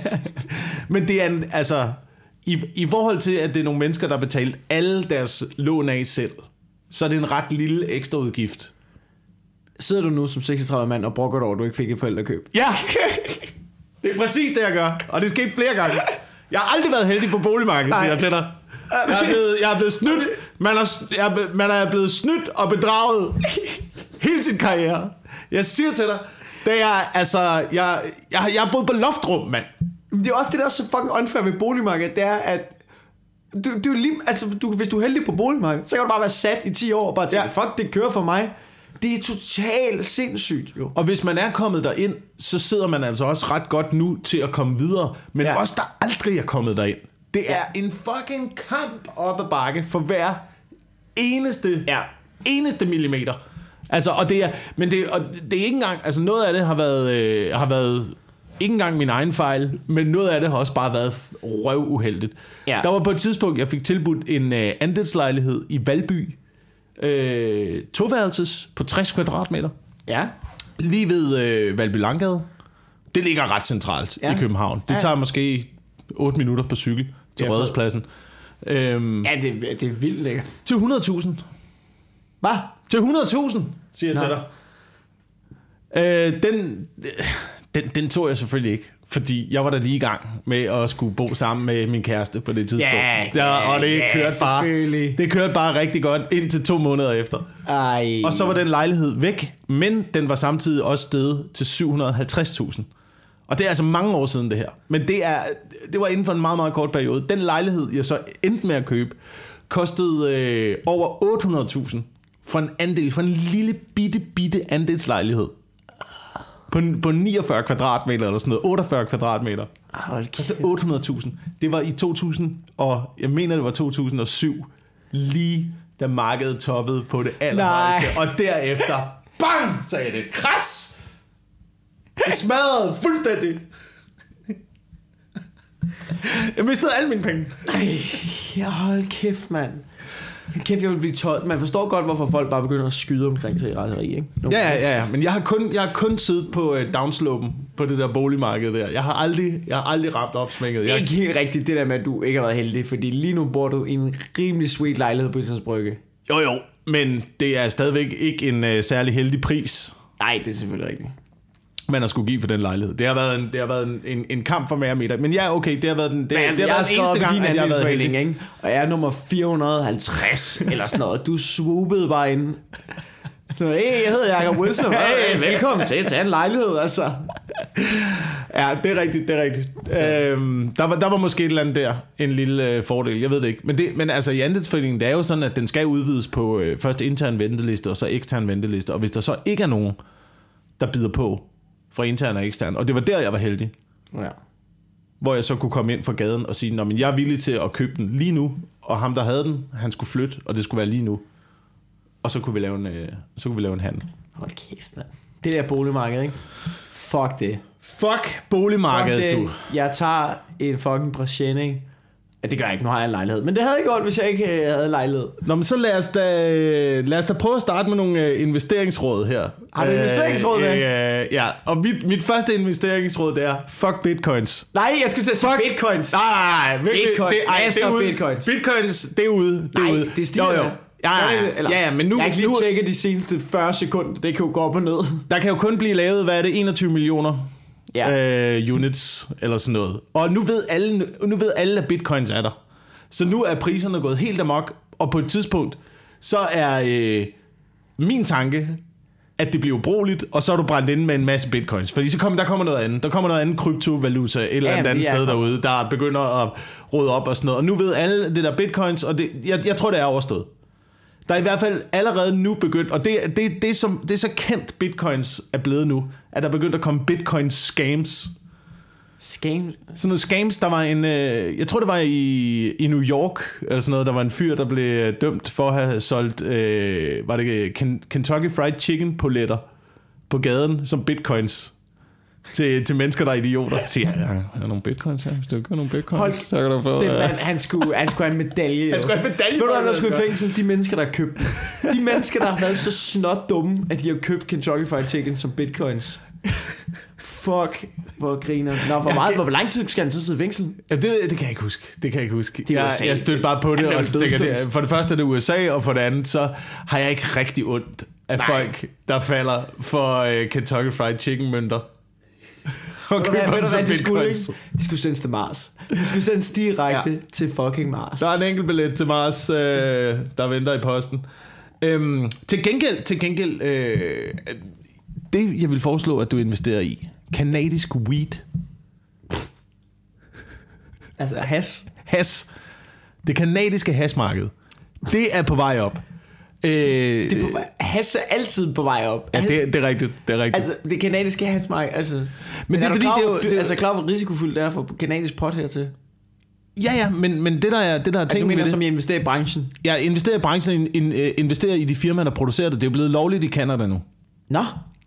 [SPEAKER 2] men det er en, altså... I, I forhold til, at det er nogle mennesker, der har betalt alle deres lån af selv, så er det en ret lille ekstra udgift.
[SPEAKER 1] Sidder du nu som seksogtredive mand og brokker dig over, at du ikke fik et forældrekøb?
[SPEAKER 2] Ja! Det er præcis det, jeg gør. Og det skete flere gange. Jeg har aldrig været heldig på boligmarkedet, siger jeg til dig. Jeg er blevet, jeg er blevet snydt. Man er, jeg, man er blevet snydt og bedraget hele sin karriere. Jeg siger til dig, da jeg, altså, jeg, jeg, jeg er boet på loftrum, mand.
[SPEAKER 1] Det er også det, der er så fucking unfair ved boligmarkedet, det er, at du, du, lige, altså, du, hvis du er heldig på boligmarkedet, så kan du bare være sat i ti år og bare tænke, ja. fuck, det kører for mig. Det er totalt sindssygt, jo.
[SPEAKER 2] Og hvis man er kommet derind, så sidder man altså også ret godt nu til at komme videre. Men ja. også der aldrig er kommet derind. Det er ja. en fucking kamp op ad bakke for hver eneste, ja. eneste millimeter. Altså, og det er, men det, og det er ikke engang, altså noget af det har været, øh, har været ikke engang min egen fejl, men noget af det har også bare været røvuheldigt. Ja. Der var på et tidspunkt, jeg fik tilbudt en øh, andelslejlighed i Valby, øh, toværelses på tres kvadratmeter.
[SPEAKER 1] Ja.
[SPEAKER 2] Lige ved øh, Valby Langgade. Det ligger ret centralt ja. i København. Det tager ja. måske otte minutter på cykel til Rådhuspladsen. Øhm,
[SPEAKER 1] ja, det, det er vildt lækkert.
[SPEAKER 2] Til hundrede tusind.
[SPEAKER 1] Hvad?
[SPEAKER 2] Til hundrede tusind, siger jeg Nå. til dig. Øh, den, den, den tog jeg selvfølgelig ikke, fordi jeg var der lige i gang med at skulle bo sammen med min kæreste på det tidspunkt.
[SPEAKER 1] Ja,
[SPEAKER 2] ja, og det
[SPEAKER 1] ja,
[SPEAKER 2] kørte bare, det kørte bare rigtig godt indtil to måneder efter.
[SPEAKER 1] Ej.
[SPEAKER 2] Og så var den lejlighed væk, men den var samtidig også steget til syv hundrede og halvtreds tusind. Og det er altså mange år siden det her. Men det, er, det var inden for en meget, meget kort periode. Den lejlighed, jeg så endte med at købe, kostede øh, over otte hundrede tusind for en andel, for en lille bitte, bitte andelslejlighed. På, på niogfyrre kvadratmeter eller sådan noget, otteogfyrre kvadratmeter.
[SPEAKER 1] Hold
[SPEAKER 2] kæft. Kostede otte hundrede tusind. Det var i to tusind, og jeg mener, det var to tusind og syv, lige da markedet toppede på det allerhøjeste. Og derefter, bang, sagde det. Kras! Det smadrede fuldstændig. Jeg mistede alle mine penge.
[SPEAKER 1] Ej, hold kæft, mand. Kæft, jeg vil blive tolv. Man forstår godt, hvorfor folk bare begynder at skyde omkring sig i raseri, ikke?
[SPEAKER 2] Ja, ja, ja, men jeg har kun, jeg har kun siddet på uh, downslopen på det der boligmarked der. Jeg har aldrig, jeg har aldrig ramt opsmækket.
[SPEAKER 1] Det er ikke helt rigtigt, det der med, at du ikke har været heldig, fordi lige nu bor du i en rimelig sweet lejlighed på Islands Brygge.
[SPEAKER 2] Jo, jo, men det er stadigvæk ikke en uh, særlig heldig pris.
[SPEAKER 1] Nej, det er selvfølgelig rigtigt.
[SPEAKER 2] Man har skulle give for den lejlighed. Det har været en, det har været en, en, en kamp for mig og middag. Men ja, okay, det har været den, det,
[SPEAKER 1] altså,
[SPEAKER 2] det har været den eneste gang, at jeg har været heldig.
[SPEAKER 1] Ikke? Og jeg er nummer fire hundrede og halvtreds eller sådan noget. Du swoopede bare ind. Så, hey, jeg hedder Jacob Wilson. Hey, velkommen til at tage en lejlighed, altså.
[SPEAKER 2] Ja, det er rigtigt, det er rigtigt. Øhm, der, var, der var måske et eller andet der, en lille øh, fordel, jeg ved det ikke. Men, det, men altså i andelsforeningen, det er jo sådan, at den skal udvides på øh, først intern venteliste, og så ekstern venteliste. Og hvis der så ikke er nogen, der bider på, fra intern og ekstern. Og det var der, jeg var heldig.
[SPEAKER 1] Ja.
[SPEAKER 2] Hvor jeg så kunne komme ind fra gaden og sige, men jeg er villig til at købe den lige nu. Og ham, der havde den, han skulle flytte, og det skulle være lige nu. Og så kunne vi lave en, øh, så kunne vi lave en handel.
[SPEAKER 1] Hold kæft, mand. Det der boligmarked, ikke? Fuck det.
[SPEAKER 2] Fuck boligmarkedet,
[SPEAKER 1] Fuck
[SPEAKER 2] du.
[SPEAKER 1] Jeg tager en fucking præsending. Ja, det gør jeg ikke, nu har jeg en lejlighed. Men det havde jeg gjort, hvis jeg ikke havde en lejlighed.
[SPEAKER 2] Nå, men så lad os da, lad os da prøve at starte med nogle investeringsråd her.
[SPEAKER 1] Har du investeringsråd med?
[SPEAKER 2] Øh, øh, ja, og mit, mit første investeringsråd, det er fuck bitcoins.
[SPEAKER 1] Nej, jeg skulle til at sige bitcoins.
[SPEAKER 2] Nej, nej, nej.
[SPEAKER 1] Bitcoins.
[SPEAKER 2] Det, ej, det er ude.
[SPEAKER 1] Bitcoins.
[SPEAKER 2] Bitcoins, det er ude. Det er
[SPEAKER 1] Nej,
[SPEAKER 2] ude.
[SPEAKER 1] det stiger.
[SPEAKER 2] Jo, jo. Ja, ja, ja. ja, ja, men nu,
[SPEAKER 1] jeg har ikke lige
[SPEAKER 2] nu,
[SPEAKER 1] tjekket de seneste fyrre sekunder. Det kan jo gå op og ned.
[SPEAKER 2] Der kan jo kun blive lavet, hvad er det, enogtyve millioner
[SPEAKER 1] ja.
[SPEAKER 2] øh, units, eller sådan noget. Og nu ved alle, nu ved alle, at bitcoins er der. Så nu er priserne gået helt amok, og på et tidspunkt, så er øh, min tanke, at det bliver ubrugeligt, og så er du brændt inde med en masse bitcoins. Fordi så kommer, der kommer noget andet. Der kommer noget andet kryptovaluta et eller andet, ja, andet sted derude, der begynder at rode op og sådan noget. Og nu ved alle det der bitcoins, og det, jeg, jeg tror, det er overstået. Der er i hvert fald allerede nu begyndt, og det, det, det, som, det er så kendt bitcoins er blevet nu, at der er begyndt at komme bitcoin scams.
[SPEAKER 1] Scams?
[SPEAKER 2] Sådan noget scams, der var en, øh, jeg tror det var i, i New York, eller sådan noget, der var en fyr, der blev dømt for at have solgt, øh, var det Kentucky Fried Chicken poletter på gaden som bitcoins. Til, til mennesker, der er idioter. Siger, ja, er der nogle bitcoins her? Hvis du ikke har nogle bitcoins, Hold, så kan du få...
[SPEAKER 1] Den mand, han skulle, han skulle have en medalje.
[SPEAKER 2] Han skulle have en medalje.
[SPEAKER 1] Ved du, hvad der skulle i fængsel? De mennesker, der har købt den. De mennesker, der har været så snot dumme, at de har købt Kentucky Fried Chicken som bitcoins. Fuck, hvor griner. Nå, hvor, meget, hvor lang tid skal han så sidde i fængsel?
[SPEAKER 2] Ja, det, det kan jeg ikke huske. Det kan jeg ikke huske.
[SPEAKER 1] Det
[SPEAKER 2] jeg, jeg stødte bare på det, og så tænker det, for det første er det U S A, og for det andet, så har jeg ikke rigtig ondt af Nej. folk, der falder for uh, Kentucky Fried Chicken mønter.
[SPEAKER 1] Og køber hvad, hvad, de, skulle, de skulle sendes til Mars. De skulle sendes direkte ja. til fucking Mars.
[SPEAKER 2] Der er en enkelt billet til Mars, øh, der venter i posten. Øhm, til gengæld, til gengæld øh, det jeg vil foreslå, at du investerer i kanadisk weed.
[SPEAKER 1] Altså hash.
[SPEAKER 2] Hash. Det kanadiske hashmarked. Det er på vej op. Øh,
[SPEAKER 1] det er på vej. Hash er altid på vej op.
[SPEAKER 2] Ja, det, det er rigtigt, det er rigtigt.
[SPEAKER 1] Altså, det kanadiske hashmarked, altså. Men, men
[SPEAKER 2] det er,
[SPEAKER 1] er
[SPEAKER 2] fordi
[SPEAKER 1] klar,
[SPEAKER 2] det er jo,
[SPEAKER 1] du, altså klar, hvor risikofyldt det er for kanadisk pot hertil.
[SPEAKER 2] Ja, ja, men, men det der er det der er
[SPEAKER 1] ting med det. Som jeg investerer i branchen.
[SPEAKER 2] Jeg investerer i branchen, in, in, investerer i de firmaer, der producerer det. Det er jo blevet lovligt i Canada nu.
[SPEAKER 1] Nå.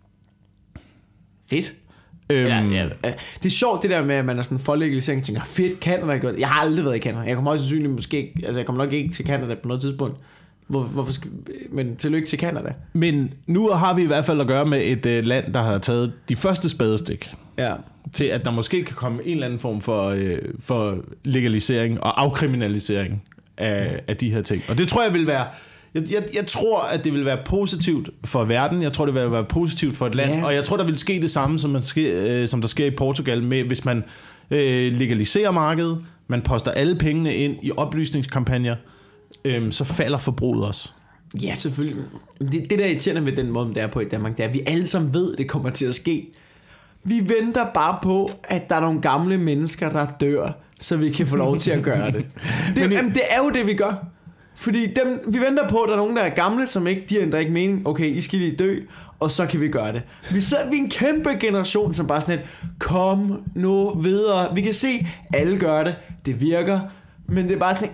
[SPEAKER 1] Fedt. Øhm, ja, ja. Det er sjovt det der med, at man er sådan for legalisering og tænker, fedt, Canada godt. Jeg har aldrig været i Canada. Jeg kommer også sandsynligt måske, altså jeg kommer nok ikke til Canada på noget tidspunkt. Hvor, hvorfor skal, men tillykke til Canada.
[SPEAKER 2] Men nu har vi i hvert fald at gøre med et uh, land, der har taget de første spadestik.
[SPEAKER 1] Ja. Til
[SPEAKER 2] at der måske kan komme en eller anden form for, øh, for legalisering og afkriminalisering af, ja. af de her ting. Og det tror jeg vil være... Jeg, jeg, jeg tror, at det vil være positivt for verden. Jeg tror, det vil være positivt for et land. Ja. Og jeg tror, der vil ske det samme, som, man ske, øh, som der sker i Portugal, med hvis man øh, legaliserer markedet, man poster alle pengene ind i oplysningskampagner, øh, så falder forbruget også.
[SPEAKER 1] Ja, selvfølgelig. Det, det der irriterende med den måde, der er på i Danmark, det er, at vi alle sammen ved, at det kommer til at ske. Vi venter bare på, at der er nogle gamle mennesker, der dør, så vi kan få lov til at gøre det. det,
[SPEAKER 2] Men,
[SPEAKER 1] jamen, det er jo det, vi gør. Fordi dem, vi venter på, at der er nogen, der er gamle, som ikke, de ændrer ikke mening. Okay, I skal lige dø, og så kan vi gøre det. Vi sidder vi er en kæmpe generation, som bare sådan et, kom nu videre. Vi kan se, alle gør det, det virker, men det er bare sådan,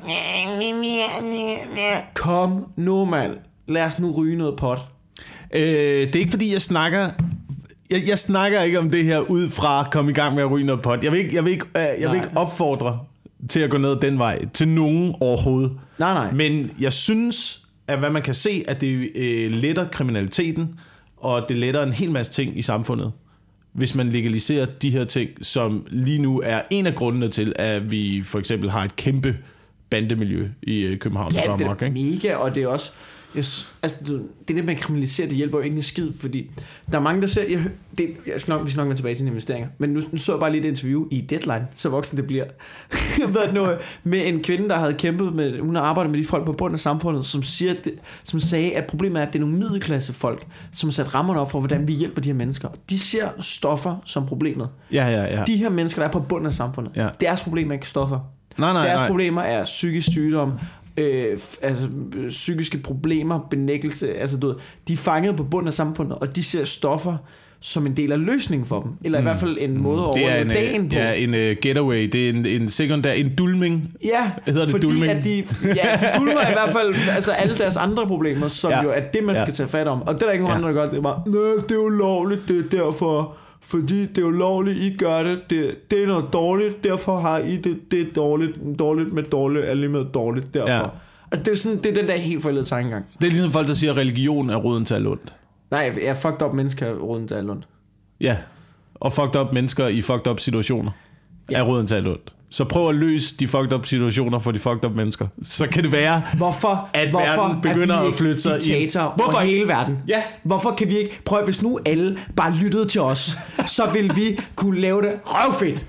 [SPEAKER 1] kom nu mand, lad os nu ryge noget pot.
[SPEAKER 2] Øh, det er ikke fordi, jeg snakker... Jeg, jeg snakker ikke om det her ud fra at komme i gang med at ryge noget pot. Jeg vil ikke, jeg vil ikke, jeg vil ikke opfordre til at gå ned den vej til nogen overhovedet.
[SPEAKER 1] Nej, nej.
[SPEAKER 2] Men jeg synes, at hvad man kan se, at det øh, letter kriminaliteten, og det letter en hel masse ting i samfundet, hvis man legaliserer de her ting, som lige nu er en af grundene til, at vi for eksempel har et kæmpe bandemiljø i øh, København.
[SPEAKER 1] Ja, det er
[SPEAKER 2] Mark,
[SPEAKER 1] mega, og det er også... Jeg, altså, det der med at kriminalisere, det hjælper jo ikke en skid, fordi der er mange, der ser... Jeg, det, jeg skal nok, vi skal nok vende tilbage til investeringer, men nu, nu så jeg bare lige et interview i Deadline, så voksen det bliver. Jeg ved noget, med en kvinde, der havde kæmpet med... Hun har arbejdet med de folk på bunden af samfundet, som, siger, det, som sagde, at problemet er, at det er nogle middelklasse folk, som har sat rammerne op for, hvordan vi hjælper de her mennesker. De ser stoffer som problemet.
[SPEAKER 2] Ja, ja, ja.
[SPEAKER 1] De her mennesker, der er på bunden af samfundet, ja. Deres problemer er ikke stoffer.
[SPEAKER 2] Nej, nej,
[SPEAKER 1] Deres
[SPEAKER 2] nej.
[SPEAKER 1] problemer er psykisk sygdom, Øh, altså psykiske problemer, benægtelse, altså du ved, de er fanget på bunden af samfundet, og de ser stoffer som en del af løsningen for dem, eller mm. i hvert fald en måde at overleve dagen på.
[SPEAKER 2] Ja, en uh, getaway, det er en, en sekundær, en dulming.
[SPEAKER 1] Ja,
[SPEAKER 2] hedder det
[SPEAKER 1] fordi
[SPEAKER 2] dulming?
[SPEAKER 1] At de, ja, de dulmer i hvert fald altså alle deres andre problemer, som ja. jo er det, man skal ja. tage fat om, og det er der ikke nogen ja. andre, der gør, det er bare, nej, det er jo lovligt, det er derfor, fordi det er jo lovligt, I gør det, det, det er noget dårligt, derfor har I det, det er dårligt, dårligt med dårligt, er lige med dårligt, derfor. Ja. Altså, det er sådan, det er den der helt forældede tankegang.
[SPEAKER 2] Det er ligesom folk, der siger, at religion er roden til alt ondt.
[SPEAKER 1] Nej, jeg er fucked up mennesker er roden til alt ondt.
[SPEAKER 2] Ja, og fucked up mennesker i fucked up situationer ja. er roden til alt ondt. Så prøv at løse de fucked up situationer for de fucked up mennesker. Så kan det være,
[SPEAKER 1] hvorfor,
[SPEAKER 2] at
[SPEAKER 1] hvorfor
[SPEAKER 2] verden begynder
[SPEAKER 1] at
[SPEAKER 2] at flytte sig i...
[SPEAKER 1] Hvorfor hele verden?
[SPEAKER 2] Ja.
[SPEAKER 1] Hvorfor kan vi ikke... Prøv, hvis nu alle bare lyttede til os, så vil vi kunne lave det røvfedt.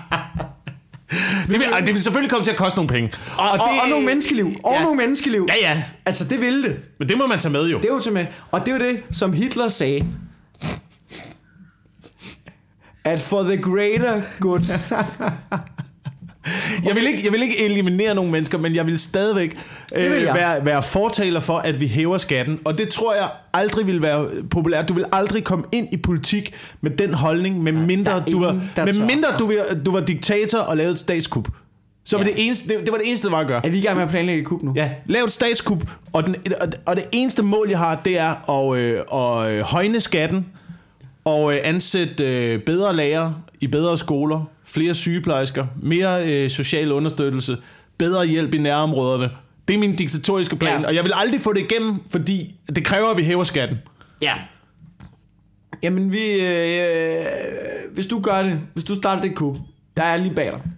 [SPEAKER 2] Det vil, det vil selvfølgelig komme til at koste nogle penge.
[SPEAKER 1] Og, og, det, og, og nogle menneskeliv. Og ja. nogle menneskeliv.
[SPEAKER 2] Ja, ja.
[SPEAKER 1] Altså, det ville det.
[SPEAKER 2] Men det må man tage med, jo.
[SPEAKER 1] Det er jo til med. Og det er jo det, som Hitler sagde. At for the greater good.
[SPEAKER 2] Jeg vil, ikke, jeg vil ikke eliminere nogle mennesker, men jeg vil stadigvæk øh, vil jeg. Være, være fortaler for, at vi hæver skatten. Og det tror jeg aldrig vil være populært. Du vil aldrig komme ind i politik med den holdning, med mindre, ja, du, var, med mindre du, var, du var diktator og lavede et statskup. Så ja. var det, eneste, det, det var det eneste, det var at gøre.
[SPEAKER 1] Er vi i gang med at planlægge et kup nu?
[SPEAKER 2] Ja, lav et statskup. Og, den, og det eneste mål, jeg har, det er at, øh, at højne skatten og øh, ansætte øh, bedre lærere i bedre skoler, flere sygeplejersker, mere øh, social understøttelse, bedre hjælp i nærområderne. Det er min diktatoriske plan, ja. Og jeg vil aldrig få det igennem, fordi det kræver, at vi hæver skatten.
[SPEAKER 1] Ja. Jamen, vi, øh, hvis du gør det, hvis du starter det kup, jeg er lige bag dig.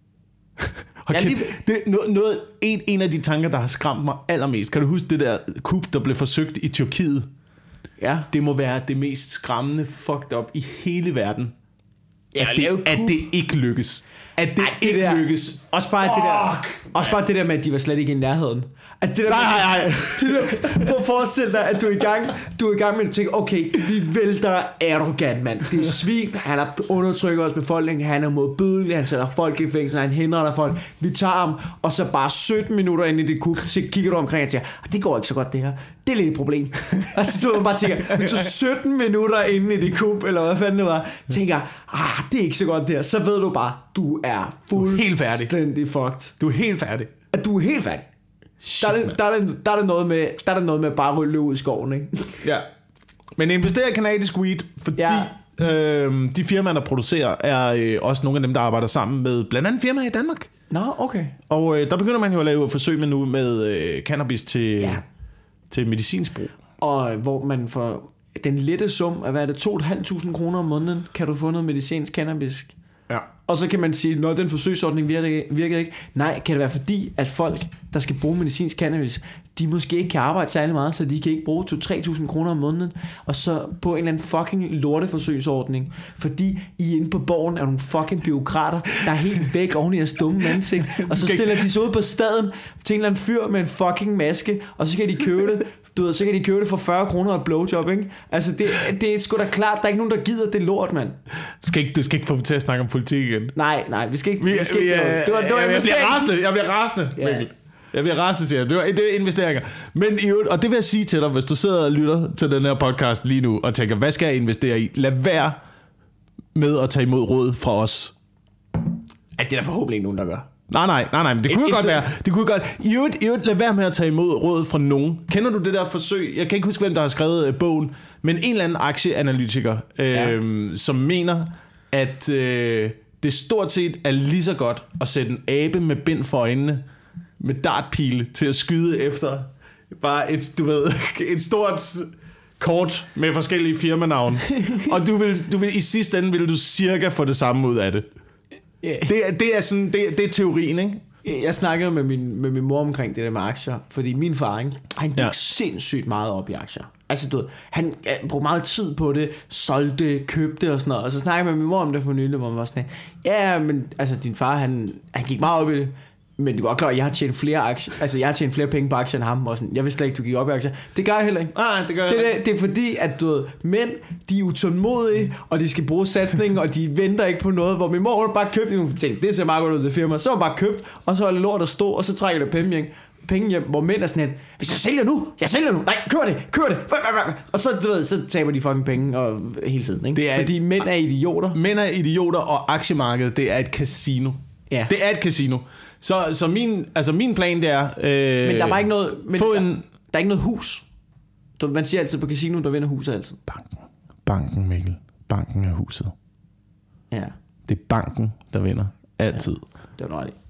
[SPEAKER 2] Okay. Lige... Det er noget, noget, en, en af de tanker, der har skræmt mig allermest. Kan du huske det der kup, der blev forsøgt i Tyrkiet?
[SPEAKER 1] Ja.
[SPEAKER 2] Det må være det mest skræmmende fucked up i hele verden.
[SPEAKER 1] Ja,
[SPEAKER 2] at, det, at det ikke lykkes. At det Ej, ikke der, lykkes.
[SPEAKER 1] Også bare, det der, også bare det der med, at de var slet ikke i nærheden. Altså det der
[SPEAKER 2] nej, nej,
[SPEAKER 1] nej. Prøv at forestille dig, at du er i gang, du er i gang med at tænke, okay, vi vælter Erdogan, mand. Det er svin, han har undertrykt vores befolkning, han er modbydelig, han sætter folk i fængsel, han hindrer folk. Vi tager ham, og så bare sytten minutter ind i det kup, så kigger du omkring og tænker, det går ikke så godt det her. Det er lidt et problem. Altså du bare tænker, hvis du sytten minutter inde i det kup, eller hvad fanden det var, tænker, ah, det er ikke så godt det her. Så ved du bare, du er fuldstændig fucked.
[SPEAKER 2] Du er helt færdig.
[SPEAKER 1] At du er helt færdig. Shit, der, er det, der, er det, der, er det noget med, der er det noget med bare at løbe ud i skoven, ikke?
[SPEAKER 2] Ja. Men invester i kanadisk weed, fordi ja. øh, de firmaer, der producerer, er øh, også nogle af dem, der arbejder sammen med blandt andet firmaer i Danmark.
[SPEAKER 1] Nå, okay.
[SPEAKER 2] Og øh, der begynder man jo at lave forsøg med nu med øh, cannabis til, ja. til medicinsk brug.
[SPEAKER 1] Og hvor man får den lette sum af, hvad er det, to tusind fem hundrede kroner om måneden, kan du få noget medicinsk cannabis.
[SPEAKER 2] Ja.
[SPEAKER 1] Og så kan man sige, når den forsøgsordning virker, virker ikke. Nej, kan det være fordi, at folk, der skal bruge medicinsk cannabis, de måske ikke kan arbejde særlig meget, så de kan ikke bruge to til tre tusind kroner om måneden, og så på en eller anden fucking lorteforsøgsordning, fordi I inde på borgen er nogle fucking bureaukrater, der er helt væk oven i jeres dumme ansigt, og så stiller de sig ud på staden til en eller anden fyr med en fucking maske, og så kan de købe det, du ved, så kan de købe det for fyrre kroner og et blowjob, ikke? Altså, det, det er sgu da klart, der er ikke nogen, der gider det lort, mand.
[SPEAKER 2] Du skal ikke, du skal ikke få mig til at snakke om politik igen.
[SPEAKER 1] Nej, nej, vi skal ikke...
[SPEAKER 2] Vi,
[SPEAKER 1] vi skal
[SPEAKER 2] vi,
[SPEAKER 1] ikke
[SPEAKER 2] uh,
[SPEAKER 1] det var, det var
[SPEAKER 2] jeg, jeg bliver rasende, jeg bliver rasende,
[SPEAKER 1] ja.
[SPEAKER 2] Jeg bliver rasende til jer. Det er, det er investeringer. Men, og det vil jeg sige til dig, hvis du sidder og lytter til den her podcast lige nu, og tænker, hvad skal jeg investere i? Lad være med at tage imod råd fra os.
[SPEAKER 1] At det er der forhåbentlig ikke nogen, der gør.
[SPEAKER 2] Nej, nej, nej, nej, men det kunne jo godt være. Det kunne godt. I øvrigt, i øvrigt, lad være med at tage imod råd fra nogen. Kender du det der forsøg? Jeg kan ikke huske, hvem der har skrevet øh, bogen, men en eller anden aktieanalytiker, øh, ja. som mener, at øh, det stort set er lige så godt at sætte en abe med bind for øjnene, med dartpile til at skyde efter bare et, du ved, et stort kort med forskellige firmanavne. Og du vil, du vil, i sidste ende vil du cirka få det samme ud af det. Yeah. Det, det er sådan, det, det er teorien, ikke?
[SPEAKER 1] Jeg snakkede med min, med min mor omkring det der med aktier, fordi min far, ikke, han gik
[SPEAKER 2] ja.
[SPEAKER 1] sindssygt meget op i aktier. Altså, du ved, han brugte meget tid på det, solgte, købte og sådan noget. Og så snakkede jeg med min mor om det for nylig, hvor man var sådan, ja, men altså, din far, han, han gik meget op i det. Men du er godt klar, at jeg har tjent flere aktier, altså jeg har tjent flere penge på aktier end ham, og sådan, jeg vidste slet ikke, du gik op i aktier. Det gør jeg heller ikke.
[SPEAKER 2] Nej, det gør jeg
[SPEAKER 1] det,
[SPEAKER 2] ikke.
[SPEAKER 1] Det, det er fordi, at du ved, mænd, de er utålmodige, og de skal bruge satsningen, og de venter ikke på noget, hvor min mor bare købte nogle ting. Det ser meget godt ud, det firma. Så har hun bare købt, og så er det lort at stå, og så trækker det penge hjem, penge hjem, hvor mænd er sådan et, hvis jeg sælger nu, jeg sælger nu, nej, kør det, kør det, og så, du ved, så taber de fucking penge og, hele tiden, ikke?
[SPEAKER 2] Det er
[SPEAKER 1] fordi
[SPEAKER 2] et,
[SPEAKER 1] mænd er idioter.
[SPEAKER 2] Mænd er idioter, og aktiemarkedet, det er et casino. Ja. Det er et casino. Så, så min, altså min plan, det er... Øh,
[SPEAKER 1] men der er bare ikke noget... Men
[SPEAKER 2] få
[SPEAKER 1] der,
[SPEAKER 2] en,
[SPEAKER 1] der er ikke noget hus. Du, man siger altid på casino, der vinder huset altid.
[SPEAKER 2] Banken. Banken, Mikkel. Banken er huset.
[SPEAKER 1] Ja.
[SPEAKER 2] Det er banken, der vinder. Altid.
[SPEAKER 1] Ja, det er ret i.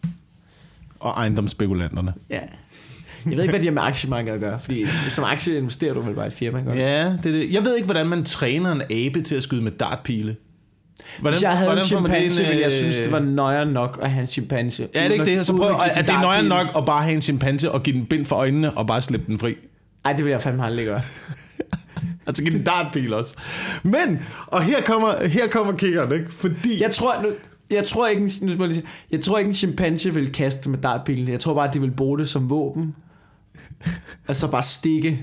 [SPEAKER 2] Og ejendomsspekulanterne.
[SPEAKER 1] Ja. Jeg ved ikke, hvad de har med aktiemarkedet at gøre. Fordi som aktie investerer du vel bare i et firma, gør?
[SPEAKER 2] Ja, det er det. Jeg ved ikke, hvordan man træner en abe til at skyde med dartpile.
[SPEAKER 1] Hvordan, Hvis jeg havde en chimpanse, ville jeg synes, det var nøjere nok at have en chimpanse.
[SPEAKER 2] Ja, det er ikke det. Så prøv, at det er nøjere nok at bare have en chimpanse og give den bind for øjnene og bare slippe den fri.
[SPEAKER 1] Ej, det vil jeg fandme aldrig gøre.
[SPEAKER 2] Altså give den dartpil også. Men, og her kommer, her kommer kiggeren, ikke? Fordi...
[SPEAKER 1] Jeg tror, nu, jeg tror ikke, nu jeg, sige, jeg tror ikke en chimpanse vil kaste med dartpilen. Jeg tror bare, at de vil bruge det som våben. Altså bare stikke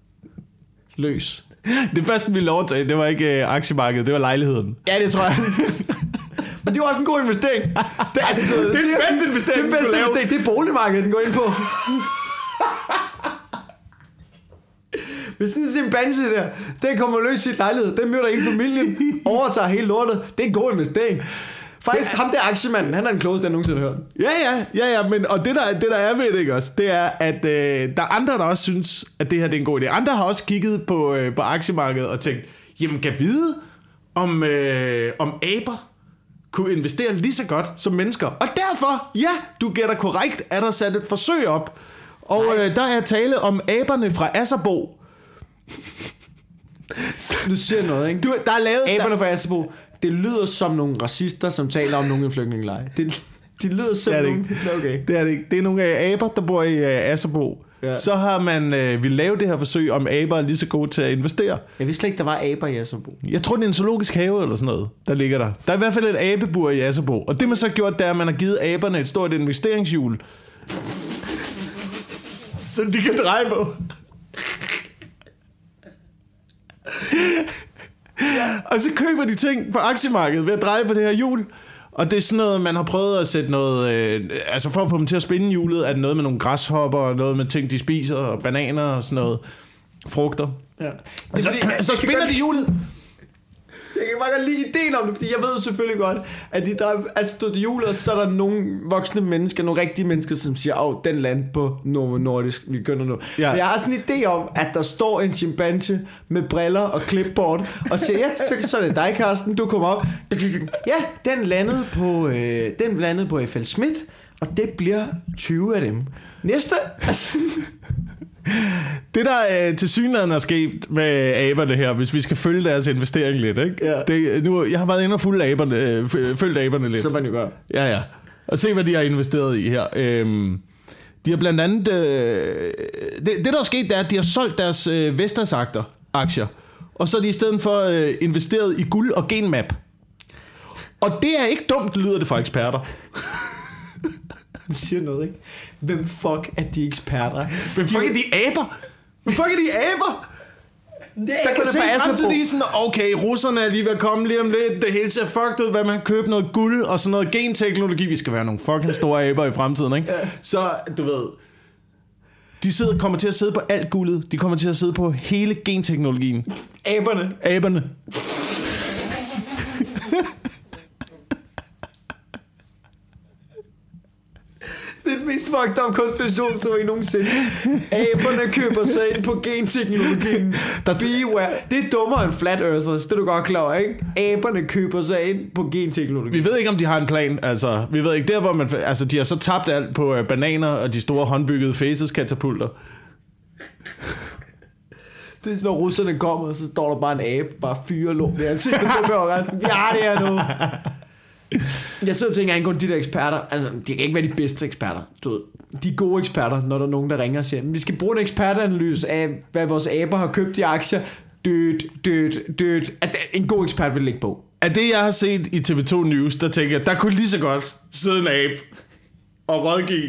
[SPEAKER 1] løs.
[SPEAKER 2] Det første, vi ville overtage, det var ikke øh, aktiemarkedet, det var lejligheden.
[SPEAKER 1] Ja, det tror jeg. Men det var også en god investering. Det er, altså, det,
[SPEAKER 2] det er den bedste investering,
[SPEAKER 1] det er, bedste investering. Det er boligmarkedet, den går ind på. Hvis sådan en chimpanse der, den kommer løs i sit lejlighed, den møder hele familien, overtager hele lortet. Det er en god investering. Faktisk, det, ham der aktiemanden, han er den klogeste, jeg nogensinde har hørt.
[SPEAKER 2] Ja, ja, ja, ja, men og det der, det der er ved det, ikke også, det er, at øh, der er andre, der også synes, at det her det er en god idé. Andre har også kigget på, øh, på aktiemarkedet og tænkt, jamen kan vide, om, øh, om aber kunne investere lige så godt som mennesker. Og derfor, ja, du gætter korrekt, er der sat et forsøg op. Og øh, der er tale om aberne fra Asserbo.
[SPEAKER 1] Du siger noget, ikke?
[SPEAKER 2] Du, der er lavet...
[SPEAKER 1] Aberne
[SPEAKER 2] der...
[SPEAKER 1] fra Asserbo. Det lyder som nogle racister, som taler om nogen i en flygtningelejr. Det, det lyder som
[SPEAKER 2] det
[SPEAKER 1] nogen... Okay.
[SPEAKER 2] Det er det ikke. Det er nogle aber, der bor i uh, Asserbo. Ja. Så har man uh, vil lave det her forsøg, om aber er lige så gode til at investere.
[SPEAKER 1] Jeg vidste slet ikke, der var aber i Asserbo.
[SPEAKER 2] Jeg tror, det er en zoologisk have eller sådan noget, der ligger der. Der er i hvert fald et abebur i Asserbo. Og det man så har gjort, det er, at man har givet aberne et stort investeringshjul, som de kan dreje på. Ja. Og så køber de ting på aktiemarkedet ved at dreje på det her hjul. Og det er sådan noget, man har prøvet at sætte noget... Øh, altså for at få dem til at spinde hjulet, er det noget med nogle græshopper, og noget med ting, de spiser, og bananer og sådan noget. Frugter. Ja. Og så, fordi, så spinder de hjulet.
[SPEAKER 1] Jeg kan bare godt lide ideen om det, fordi jeg ved selvfølgelig godt, at de drejer, altså stod hjulet, og så er der nogle voksne mennesker, nogle rigtige mennesker, som siger, åh, den land på Novo Nordisk, vi kønner nu. Ja. Men jeg har sådan en idé om, at der står en chimpanse med briller og clipboard, og siger, ja, så, så er det dig, Carsten, du kommer op. Ja, den landede på, øh, den landede på F L Schmidt, og det bliver tyve af dem. Næste. Altså.
[SPEAKER 2] Det der øh, tilsyneladende er sket med aberne her, hvis vi skal følge deres investering lidt, ikke? Ja. Det, nu, jeg har været inde og fulgt aberne, øh, følgt aberne lidt.
[SPEAKER 1] Så man jo gør.
[SPEAKER 2] Ja, ja. Og se, hvad de har investeret i her. Øhm, de har blandt andet... Øh, det, det, der er sket, det er, at de har solgt deres øh, Vestas-aktier, og så er de i stedet for øh, investeret i guld og Genmap. Og det er ikke dumt, lyder det fra eksperter.
[SPEAKER 1] Du siger noget, ikke? Hvem fuck er de eksperter?
[SPEAKER 2] Hvem fuck er de aber? Hvem fuck er de aber?
[SPEAKER 1] Det
[SPEAKER 2] der kan se frem til lige sådan, okay, russerne er lige ved at komme lige om lidt, det hele ser fucked ud, hvad man købe noget guld og sådan noget genteknologi, vi skal være nogle fucking store aber i fremtiden, ikke? Ja. Så, du ved, de sidder, kommer til at sidde på alt guldet, de kommer til at sidde på hele genteknologien.
[SPEAKER 1] Aberne.
[SPEAKER 2] Aberne.
[SPEAKER 1] Det er den mest fucked up konspirationsteori nogensinde. Aberne køber sig ind på genteknologien. Beware. Det er dummere end Flat Earthers. Det er du godt klar over, ikke? Aberne køber sig ind på genteknologien.
[SPEAKER 2] Vi ved ikke, om de har en plan. Altså, vi ved ikke, der hvor man... Altså, de har så tabt alt på uh, bananer og de store håndbyggede faces-katapulter.
[SPEAKER 1] Det er sådan, når russerne kommer, så står der bare en abe, bare fyrer lort i ansigtet på mig, og sådan, vi har det her nu. Jeg sidder og tænker angående de der eksperter. Altså, de kan ikke være de bedste eksperter, du ved. De er gode eksperter, når der er nogen, der ringer og siger, vi skal bruge en ekspertanalyse af, hvad vores aber har købt i aktier. Dødt, dødt, dødt. En god ekspert vil lægge på.
[SPEAKER 2] Af det, jeg har set i T V to News, der tænker jeg, der kunne lige så godt sidde en abe og rådgive.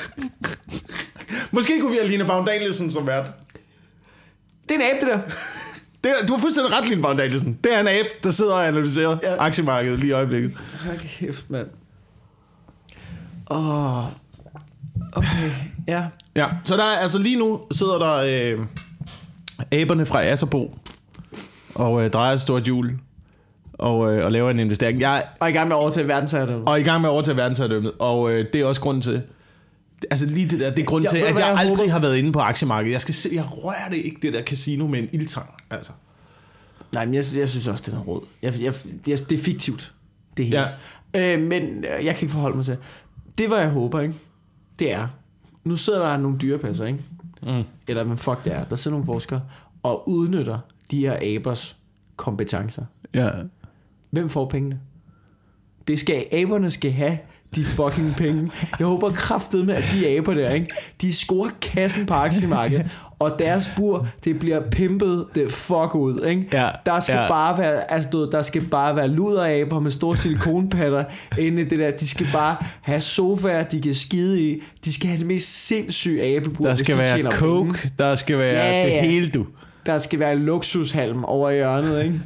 [SPEAKER 2] Måske kunne vi have Line Baun Danielsen som vært.
[SPEAKER 1] Det er en abe, det der.
[SPEAKER 2] Det er, du har fuldstændig ret, Line Baun Danielsen. Det er en abe, der sidder og analyserer ja. aktiemarkedet lige i øjeblikket.
[SPEAKER 1] Hold kæft, mand. Åh. Oh. Okay, ja.
[SPEAKER 2] Ja, så der er, altså lige nu sidder der øh, aberne fra Asserbo og øh, drejer et stort hjul og, øh, og laver en investering. Jeg,
[SPEAKER 1] og i gang med at overtage verdensherredømmet.
[SPEAKER 2] Og i gang med at overtage verdensherredømmet. Og øh, det er også grunden til... Altså lige det der, det er grunden til, at jeg, jeg aldrig håber... har været inde på aktiemarkedet. Jeg skal se, jeg rører det ikke, det der casino med en ildtang, altså.
[SPEAKER 1] Nej, men jeg, jeg synes også, det er råd. Jeg, jeg, det, det er fiktivt, det hele. Ja. Øh, men jeg kan ikke forholde mig til. Det, hvad jeg håber, ikke? Det er, nu sidder der nogle dyrepasser, ikke? Mm. Eller men fuck det er, der sidder nogle forskere og udnytter de her abers kompetencer.
[SPEAKER 2] Ja.
[SPEAKER 1] Hvem får pengene? Det skal, aberne skal have de fucking penge. Jeg håber kraftedeme, at de aber der, ikke? De scorer kassen på aktiemarkedet, og deres bur, det bliver pimpet det fuck ud, ikke?
[SPEAKER 2] Ja,
[SPEAKER 1] der skal
[SPEAKER 2] ja.
[SPEAKER 1] bare være, altså der skal bare være luderaber med store silikonpatter inde i det der. De skal bare have sofaer, de kan skide i. De skal have det mest sindssyge abebur.
[SPEAKER 2] Der skal
[SPEAKER 1] de
[SPEAKER 2] være coke, penge. Der skal være ja, ja. det hele, du.
[SPEAKER 1] Der skal være luksushalm over i hjørnet, ikke?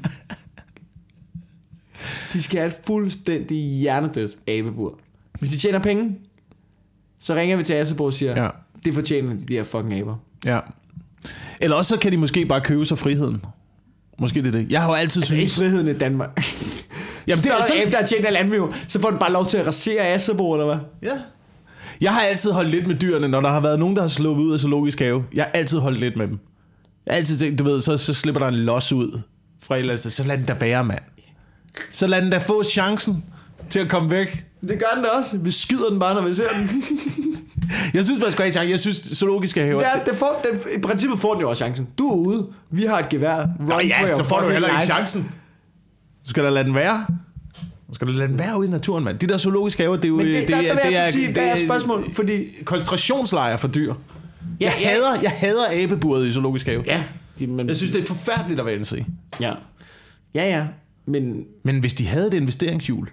[SPEAKER 1] De skal have et fuldstændig hjernedødt abebur. Hvis de tjener penge, så ringer vi til Asserbo og siger, ja. det fortjener de her fucking aber.
[SPEAKER 2] Ja. Eller også så kan de måske bare købe sig friheden. Måske det er det. Jeg har jo altid
[SPEAKER 1] altså,
[SPEAKER 2] synes...
[SPEAKER 1] ikke friheden i Danmark. Jamen, det er så... der har tjent en anden, så får den bare lov til at rasere Asserbo, eller hvad?
[SPEAKER 2] Ja. Jeg har altid holdt lidt med dyrene, når der har været nogen, der har sluppet ud af zoologisk have. Jeg har altid holdt lidt med dem. Jeg har altid tænkt, du ved, så, så slipper der en los ud fra et eller andet, så lad den da bære, mand. Så lad den da få chancen til at komme væk.
[SPEAKER 1] Det gør den da også. Vi skyder den bare, når vi ser den.
[SPEAKER 2] Jeg synes, man skal have chancen. Jeg synes, zoologiske haver...
[SPEAKER 1] Ja, det får, det, i princippet får den jo også chancen. Du er ude. Vi har et gevær.
[SPEAKER 2] Nå, ja, så får du heller ikke chancen. Du skal da lade den være. Du skal da lade den være ude i naturen, mand. De der zoologiske haver, det er jo...
[SPEAKER 1] Men det,
[SPEAKER 2] det,
[SPEAKER 1] der,
[SPEAKER 2] det,
[SPEAKER 1] der vil
[SPEAKER 2] det
[SPEAKER 1] jeg
[SPEAKER 2] er,
[SPEAKER 1] sige,
[SPEAKER 2] det,
[SPEAKER 1] hvad er spørgsmål? Fordi...
[SPEAKER 2] Koncentrationslejre for dyr. Ja, jeg,
[SPEAKER 1] ja.
[SPEAKER 2] hader, jeg hader abeburet i zoologisk have.
[SPEAKER 1] Ja. De, men...
[SPEAKER 2] Jeg synes, det er forfærdeligt at være inde i.
[SPEAKER 1] Ja. Ja, ja. Men...
[SPEAKER 2] Men hvis de havde det investeringshjul...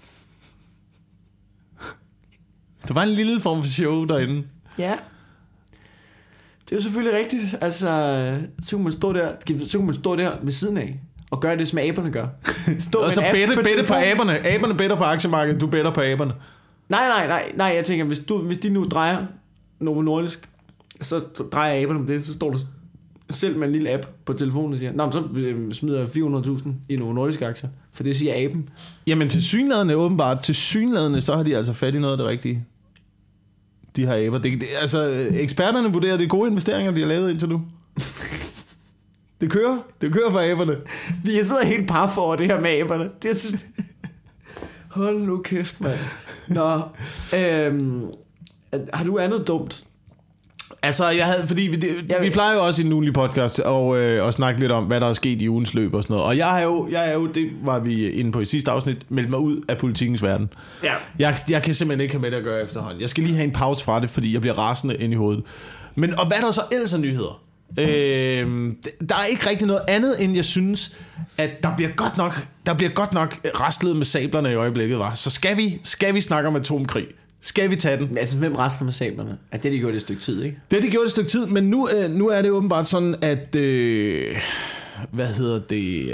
[SPEAKER 2] Der var en lille form for show derinde.
[SPEAKER 1] Ja. Det er jo selvfølgelig rigtigt. Altså, så kunne man stå der, så kunne man stå der ved siden af og gøre det, som aberne gør.
[SPEAKER 2] Stå og så bette, bette på aberne. Aberne better på aktiemarkedet, du better på aberne.
[SPEAKER 1] Nej, nej, nej, nej. Jeg tænker, hvis, du, hvis de nu drejer Novo Nordisk, så drejer aberne om det, så står du selv med en lille app på telefonen og siger, nå, så smider jeg fire hundrede tusind i Novo Nordisk aktier. For det siger aben.
[SPEAKER 2] Jamen til synladende åbenbart, til synladende, så har de altså fat i noget af det rigtige. De har aber. Det, det, altså, eksperterne vurderer, det er gode investeringer, de har lavet indtil nu. Det kører. Det kører for aberne.
[SPEAKER 1] Vi sidder helt par for det her med aberne. Det er sådan... Hold nu kæft, mand. Nå, øhm, har du andet dumt?
[SPEAKER 2] Altså, jeg havde, fordi vi, det,
[SPEAKER 1] jeg
[SPEAKER 2] vi plejer jo også i den ugenlige podcast og, øh, at snakke lidt om, hvad der er sket i ugens løb og sådan noget. Og jeg er jo, jeg er jo, det var vi inde på i sidste afsnit, meldt mig ud af politikens verden.
[SPEAKER 1] Ja.
[SPEAKER 2] Jeg, jeg kan simpelthen ikke have med det at gøre efterhånden. Jeg skal lige have en pause fra det, fordi jeg bliver rasende ind i hovedet. Men og hvad der så ellers er nyheder? Øh, der er ikke rigtig noget andet, end jeg synes, at der bliver godt nok, der bliver godt nok rastlet med sablerne i øjeblikket, var. Så skal vi, skal vi snakke om atomkrig. Skal vi tage den?
[SPEAKER 1] Men altså, hvem rasler med sablerne? At det, de gjorde det et stykke tid, ikke?
[SPEAKER 2] Det, de gjorde det et stykke tid, men nu, øh, nu er det åbenbart sådan, at... Øh, hvad hedder det?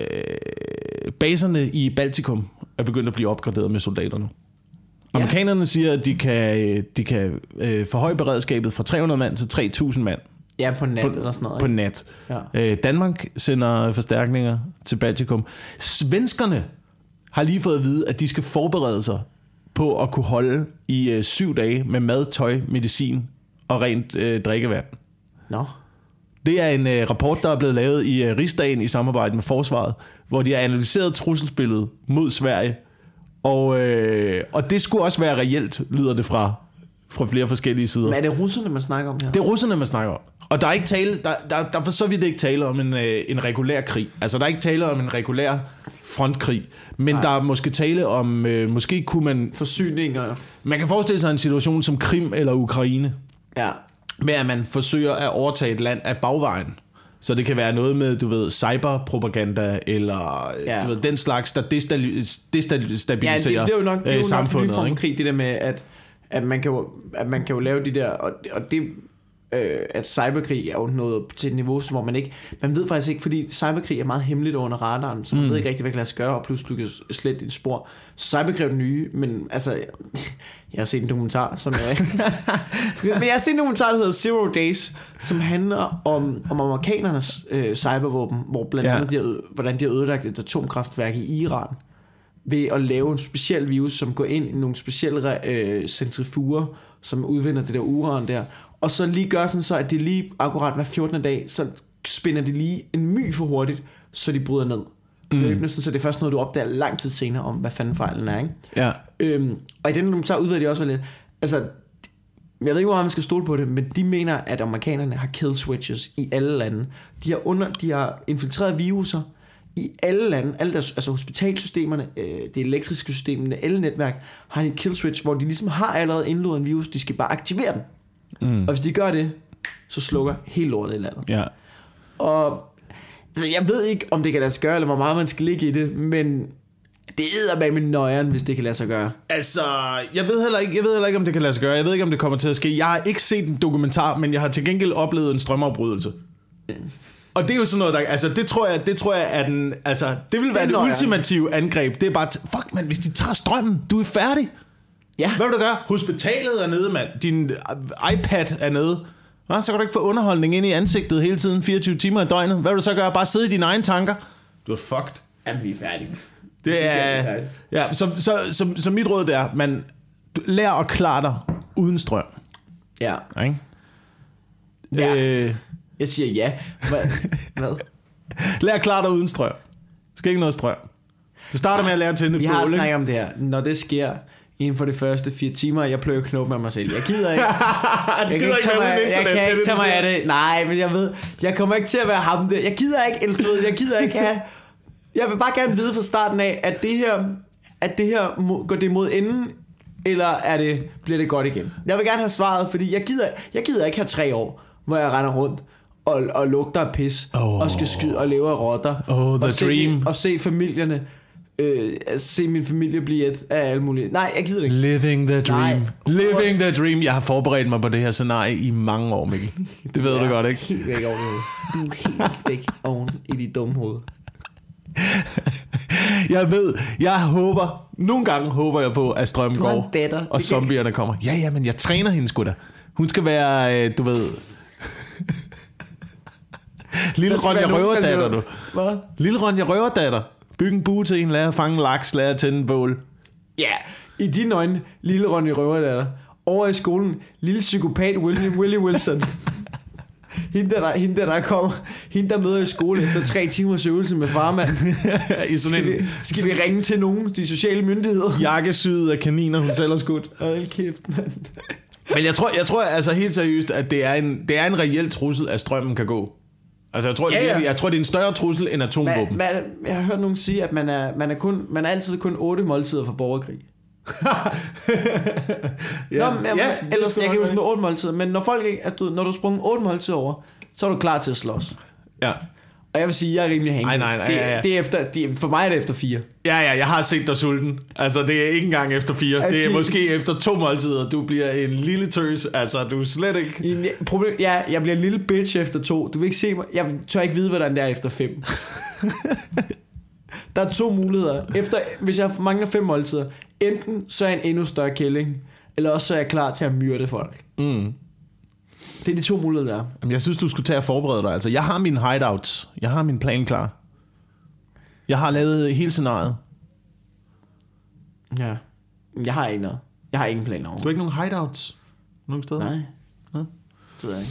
[SPEAKER 2] Øh, baserne i Baltikum er begyndt at blive opgraderet med soldater nu. Ja. Amerikanerne siger, at de kan, de kan øh, forhøje beredskabet fra tre hundrede mand til tre tusind mand.
[SPEAKER 1] Ja, på nat
[SPEAKER 2] på,
[SPEAKER 1] eller sådan noget.
[SPEAKER 2] På
[SPEAKER 1] ikke?
[SPEAKER 2] nat.
[SPEAKER 1] Ja.
[SPEAKER 2] Øh, Danmark sender forstærkninger til Baltikum. Svenskerne har lige fået at vide, at de skal forberede sig på at kunne holde i øh, syv dage med mad, tøj, medicin og rent øh, drikkevand.
[SPEAKER 1] Nå.
[SPEAKER 2] Det er en øh, rapport, der er blevet lavet i øh, Rigsdagen i samarbejde med Forsvaret, hvor de har analyseret trusselsbilledet mod Sverige. Og, øh, og det skulle også være reelt, lyder det fra, fra flere forskellige sider.
[SPEAKER 1] Men er det russerne, man snakker om her?
[SPEAKER 2] Det er russerne, man snakker om. Og der er ikke tale, der, der, der for så vidt ikke tale om en, øh, en regulær krig. Altså, der er ikke tale om en regulær frontkrig. Men Nej. Der er måske tale om, øh, måske kunne man...
[SPEAKER 1] Forsyninger.
[SPEAKER 2] Man kan forestille sig en situation som Krim eller Ukraine.
[SPEAKER 1] Ja.
[SPEAKER 2] Med at man forsøger at overtage et land af bagvejen. Så det kan være noget med, du ved, cyberpropaganda, eller ja. du ved, den slags, der destabiliserer
[SPEAKER 1] ja, det, det er jo nok, det er jo
[SPEAKER 2] samfundet.
[SPEAKER 1] Nok en form for krig, det der med, at, at, man kan jo, at man kan jo lave de der, og, og det, øh, at cyberkrig er jo noget til et niveau, hvor man ikke, man ved faktisk ikke, fordi cyberkrig er meget hemmeligt under radaren, så man mm. ved ikke rigtig, hvad kan lade sig gøre, og pludselig du kan slette dit spor. Så cyberkrig er det nye, men altså, jeg har set en dokumentar, som jeg men jeg har set en dokumentar, der hedder Zero Days, som handler om, om amerikanernes øh, cybervåben, hvor blandt andet ja. de har, hvordan de har ødelagt et atomkraftværk i Iran, ved at lave en speciel virus, som går ind i nogle specielle øh, centrifuger, som udvinder det der uran der, og så lige gør sådan så, at det lige akkurat hver fjortende dag, så spinder de lige en my for hurtigt, så de bryder ned. Mm. Løbende, så det er først noget, du opdager lang tid senere om, hvad fanden fejlen er, ikke?
[SPEAKER 2] Ja.
[SPEAKER 1] Øhm, og i den dokumentar udvider de også lidt, altså, jeg ved ikke, hvor man skal stole på det, men de mener, at amerikanerne har kill switches i alle lande. De har, under, de har infiltreret viruser i alle lande, alle deres, altså hospitalsystemerne, øh, det elektriske system, alle netværk, har en kill switch, hvor de ligesom har allerede indlodet en virus, de skal bare aktivere den. Mm. Og hvis de gør det, så slukker helt lortet i landet.
[SPEAKER 2] Ja.
[SPEAKER 1] Og altså, jeg ved ikke, om det kan lade sig gøre, eller hvor meget man skal ligge i det, men det æder bag min nøjeren, hvis det kan lade sig gøre.
[SPEAKER 2] Altså, jeg ved, heller ikke, jeg ved heller ikke, om det kan lade sig gøre. Jeg ved ikke, om det kommer til at ske. Jeg har ikke set en dokumentar, men jeg har til gengæld oplevet en strømafbrydelse. Mm. Og det er jo sådan noget, der... Altså, det tror jeg, det tror jeg er den... Altså, det vil være det, det ultimative angreb. Det er bare... T- fuck, man, hvis de tager strømmen, du er færdig.
[SPEAKER 1] Ja.
[SPEAKER 2] Hvad vil du gøre? Hospitalet er nede, mand. Din iPad er nede. Hva? Så kan du ikke få underholdning ind i ansigtet hele tiden, fireogtyve timer i døgnet. Hvad vil du så gøre? Bare sidde i dine egne tanker? Du er fucked.
[SPEAKER 1] Jamen, vi er færdige.
[SPEAKER 2] Det er... Ja, så, så, så, så mit råd det er, man lær at klare dig uden strøm.
[SPEAKER 1] Ja.
[SPEAKER 2] Ikke?
[SPEAKER 1] Ja.
[SPEAKER 2] Øh,
[SPEAKER 1] Jeg siger ja. Hvad? Hvad?
[SPEAKER 2] Lær at klare dig uden strøm. Skal ikke noget strøm. Du starter med at lære at tænde et bål.
[SPEAKER 1] Vi har snakket om det her. Når det sker inden for de første fire timer, jeg pløjer knop med mig selv. Jeg gider ikke. Jeg kan ikke tage mig, jeg kan ikke tage mig af det. Nej, men jeg ved, jeg kommer ikke til at være ham der. Jeg gider ikke, eller du ved, jeg gider ikke have... Jeg vil bare gerne vide fra starten af, at det her, at det her går det mod enden, eller er det, bliver det godt igen. Jeg vil gerne have svaret, fordi jeg gider, jeg gider ikke have tre år, hvor jeg render rundt og, og lugter af pis, oh. og skal skyde og leve af rotter.
[SPEAKER 2] Oh, the
[SPEAKER 1] og se,
[SPEAKER 2] dream.
[SPEAKER 1] Og se familierne, øh, se min familie blive et af alle mulige. Nej, jeg gider ikke.
[SPEAKER 2] Living the dream.
[SPEAKER 1] Nej.
[SPEAKER 2] Living the dream. Jeg har forberedt mig på det her scenarie i mange år, Mikkel. Det ved ja, du godt, ikke?
[SPEAKER 1] Helt væk oven i Du er helt væk oven i dit dumme hoved.
[SPEAKER 2] Jeg ved, jeg håber, nogle gange håber jeg på, at strømmen går,
[SPEAKER 1] datter,
[SPEAKER 2] og zombierne kommer. Ja, ja, men jeg træner hende sgu da. Hun skal være, du ved... Lille Ronja Røverdatter, du.
[SPEAKER 1] Hvad?
[SPEAKER 2] Lille Ronja Røverdatter. Byg en bue til en, lære at fange laks, lære at tænde en bål.
[SPEAKER 1] Ja, i dine øjne, Lille Ronja Røverdatter. Over i skolen, lille psykopat William Willie Wilson. Hende der, der, hende der, der kommer, hende der møder i skole efter tre timers øvelse med farmand. I sådan skal, en, vi, skal vi ringe til nogen, de sociale myndigheder?
[SPEAKER 2] Jakkesyet af kaniner, hun selv har skudt.
[SPEAKER 1] Hold kæft, mand.
[SPEAKER 2] Men jeg tror, jeg tror altså helt seriøst, at det er en, det er en reel trussel, at strømmen kan gå. Altså jeg tror, ja, ja. Det, jeg tror, det er en større trussel end atomvåben.
[SPEAKER 1] Man, man, jeg har hørt nogen sige, at man er, man er, kun, man er altid kun otte måltider for borgerkrig. ja, Nå, men, ja, ellers jeg kan huske med otte måltider. Men når folk ikke, altså, når du har sprunget otte måltider over, så er du klar til at slås.
[SPEAKER 2] Ja.
[SPEAKER 1] Og jeg vil sige, jeg er rimelig hængende.
[SPEAKER 2] Nej, nej, nej.
[SPEAKER 1] Det,
[SPEAKER 2] Ja, ja.
[SPEAKER 1] det er efter, det, for mig er det efter fire.
[SPEAKER 2] Ja, ja, jeg har set dig sulten. Altså, det er ikke engang efter fire.
[SPEAKER 1] Jeg
[SPEAKER 2] det er
[SPEAKER 1] siger-
[SPEAKER 2] måske efter to måltider. Du bliver en lille tøs. Altså, du er slet ikke...
[SPEAKER 1] Jamen, jeg- Problem, ja, jeg bliver en lille bitch efter to. Du vil ikke se mig. Jeg tør ikke vide, hvordan det er efter fem. Der er to muligheder. Efter, hvis jeg mangler fem måltider, enten så er jeg en endnu større kælling, eller også så er jeg klar til at myrde folk.
[SPEAKER 2] Mm.
[SPEAKER 1] Det er de to muligheder, der er.
[SPEAKER 2] Jamen, jeg synes, du skulle tage og forberede dig. Altså, jeg har mine hideouts. Jeg har min plan klar. Jeg har lavet hele scenariet.
[SPEAKER 1] Ja. Jeg har ikke noget. Jeg har ingen planer over.
[SPEAKER 2] Du har ikke nogen hideouts? Nogen steder?
[SPEAKER 1] Nej.
[SPEAKER 2] Ja.
[SPEAKER 1] Det ved jeg ikke.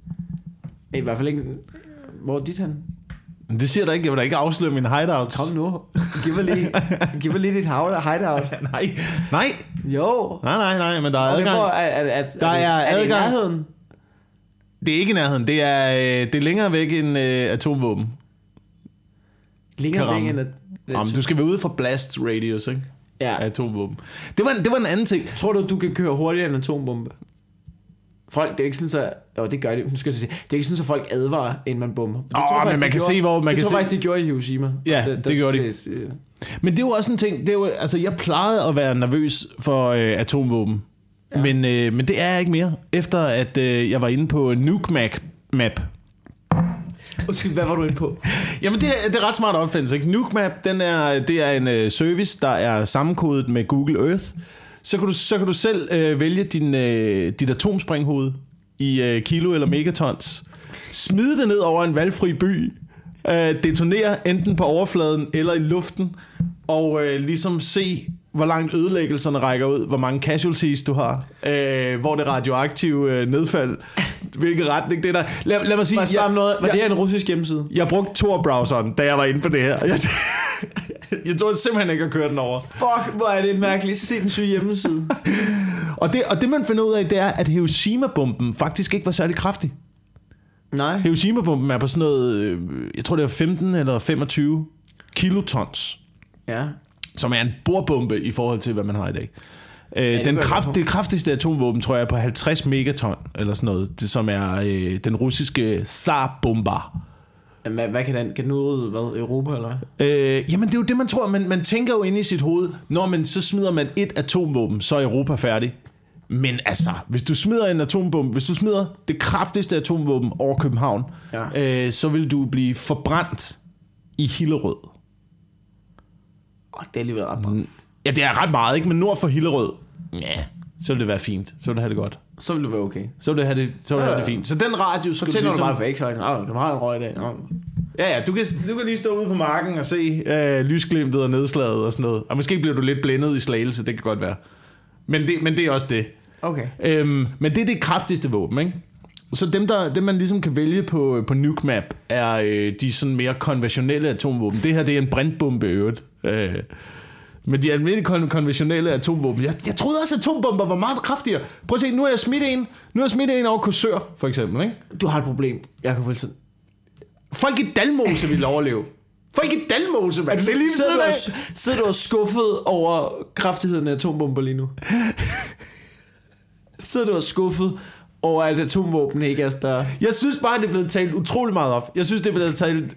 [SPEAKER 1] I hvert fald ikke... Hvor er dit hen?
[SPEAKER 2] Men det siger der ikke. Jeg vil da ikke afsløre mine hideouts.
[SPEAKER 1] Kom nu. Giv mig lige, giv mig lige dit hideout.
[SPEAKER 2] nej, nej.
[SPEAKER 1] Jo.
[SPEAKER 2] Nej, nej, nej, men der er
[SPEAKER 1] Okay,
[SPEAKER 2] adgang.
[SPEAKER 1] hvor er, er, er,
[SPEAKER 2] Der
[SPEAKER 1] er,
[SPEAKER 2] er
[SPEAKER 1] det, er det i
[SPEAKER 2] adgang.
[SPEAKER 1] nærheden?
[SPEAKER 2] Det er ikke i nærheden. Det er, øh, det er længere væk end øh, atomvåben.
[SPEAKER 1] Længere væk
[SPEAKER 2] ramme.
[SPEAKER 1] end at...
[SPEAKER 2] Jamen, du skal være ude for blast radius, ikke?
[SPEAKER 1] Ja.
[SPEAKER 2] Af atomvåben. Det var, det var en anden ting.
[SPEAKER 1] Tror du, du kan køre hurtigere end en atombombe? Folk, det er ikke sådan, så... Jo, det gør det. Nu skal jeg sige. Det er ikke sådan, så folk advarer, inden man bomber. Det
[SPEAKER 2] Åh,
[SPEAKER 1] tror jeg
[SPEAKER 2] men
[SPEAKER 1] faktisk,
[SPEAKER 2] man
[SPEAKER 1] de
[SPEAKER 2] kan
[SPEAKER 1] gjorde.
[SPEAKER 2] se, hvor- man
[SPEAKER 1] det
[SPEAKER 2] kan
[SPEAKER 1] tror
[SPEAKER 2] se-
[SPEAKER 1] faktisk, de gjorde i Hiroshima.
[SPEAKER 2] Ja, det gjorde de.
[SPEAKER 1] det-
[SPEAKER 2] Men det er jo også en ting. Det er jo, altså, jeg plejede at være nervøs for øh, atomvåben. Ja. Men, øh, men det er jeg ikke mere. Efter at øh, jeg var inde på Nuke Map. map.
[SPEAKER 1] Undskyld, hvad var du inde på?
[SPEAKER 2] Jamen, det er, det er ret smart opfindelse, ikke? Nuke Map, den er, det er en øh, service, der er sammenkodet med Google Earth. Så kan du, så kan du selv øh, vælge din, øh, dit atomspringhoved i øh, kilo eller megatons. Smide det ned over en valgfri by. Øh, detonere enten på overfladen eller i luften. Og øh, ligesom se, hvor langt ødelæggelserne rækker ud. Hvor mange casualties du har. Øh, hvor det radioaktive øh, nedfald. Hvilken retning det er der. Lad, lad mig sige...
[SPEAKER 1] Må jeg spørge om noget? Var
[SPEAKER 2] jeg,
[SPEAKER 1] det her en russisk hjemmeside?
[SPEAKER 2] jeg brugte Tor-browseren, da jeg var inde på det her. Jeg, jeg tror simpelthen ikke at køre den over.
[SPEAKER 1] Fuck, hvor er det en mærkelig sindssyg hjemmeside.
[SPEAKER 2] Og det, og det man finder ud af, det er, at Hiroshima-bomben faktisk ikke var særlig kraftig.
[SPEAKER 1] Nej.
[SPEAKER 2] Hiroshima-bomben er på sådan noget, øh, jeg tror det er femten eller femogtyve kilotons,
[SPEAKER 1] Ja.
[SPEAKER 2] som er en bordbombe i forhold til, hvad man har i dag. Øh,
[SPEAKER 1] det
[SPEAKER 2] den
[SPEAKER 1] gør
[SPEAKER 2] kraft,
[SPEAKER 1] jeg
[SPEAKER 2] det kraftigste atomvåben, tror jeg, er på halvtreds megaton, eller sådan noget, det, som er øh, den russiske Tsar-bomber.
[SPEAKER 1] Hvad, hvad kan den? Kan den ud hvad, Europa, eller hvad?
[SPEAKER 2] Øh, jamen, det er jo det, man tror. Man, man tænker jo inde i sit hoved, når man så smider man et atomvåben, så er Europa færdig. Men altså, hvis du smider en atombombe, hvis du smider det kraftigste atomvåben over København,
[SPEAKER 1] Ja.
[SPEAKER 2] øh, så vil du blive forbrændt i Hillerød.
[SPEAKER 1] Åh, det er alligevel ret meget.
[SPEAKER 2] Ja, det er ret meget, ikke? Men nord for Hillerød, ja, så vil det være fint. Så vil det have det godt.
[SPEAKER 1] Så vil du være okay.
[SPEAKER 2] Så vil det have det, så vil det,
[SPEAKER 1] Ja,
[SPEAKER 2] have det
[SPEAKER 1] ja.
[SPEAKER 2] fint. Så den radius
[SPEAKER 1] Så
[SPEAKER 2] skal du
[SPEAKER 1] tænder du
[SPEAKER 2] ligesom...
[SPEAKER 1] bare for ikke, så kan du have en røg i dag. Nå.
[SPEAKER 2] Ja, ja, du kan, du kan lige stå ude på marken og se øh, lysglimtet og nedslaget og sådan noget. Og måske bliver du lidt blændet i Slagelse, det kan godt være. Men det, men det er også det.
[SPEAKER 1] Okay.
[SPEAKER 2] Øhm, men det er det kraftigste våben, ikke? Så dem, der, dem man ligesom kan vælge på, på Nuke Map, er øh, de sådan mere konventionelle atomvåben. Det her, det er en brintbombe i øvrigt. Øh, men de almindelige kon- konventionelle atomvåben. Jeg, jeg troede også, at atombomber var meget kraftigere. Prøv at se, nu er jeg smidt en. Nu er jeg smidt en over Korsør, for eksempel, ikke?
[SPEAKER 1] Du har et problem. Jeg kan vel sådan...
[SPEAKER 2] Folk i Dalmose ville overleve. Folk i Dalmose, mand. Det er lige ved
[SPEAKER 1] sidder,
[SPEAKER 2] siden
[SPEAKER 1] du
[SPEAKER 2] af.
[SPEAKER 1] og, sidder du og skuffet over kraftigheden af atombomber lige nu? Sidder du og skuffet over, at atomvåben ikke er større?
[SPEAKER 2] Jeg synes bare, det er blevet talt utrolig meget op. Jeg synes, det er blevet talt...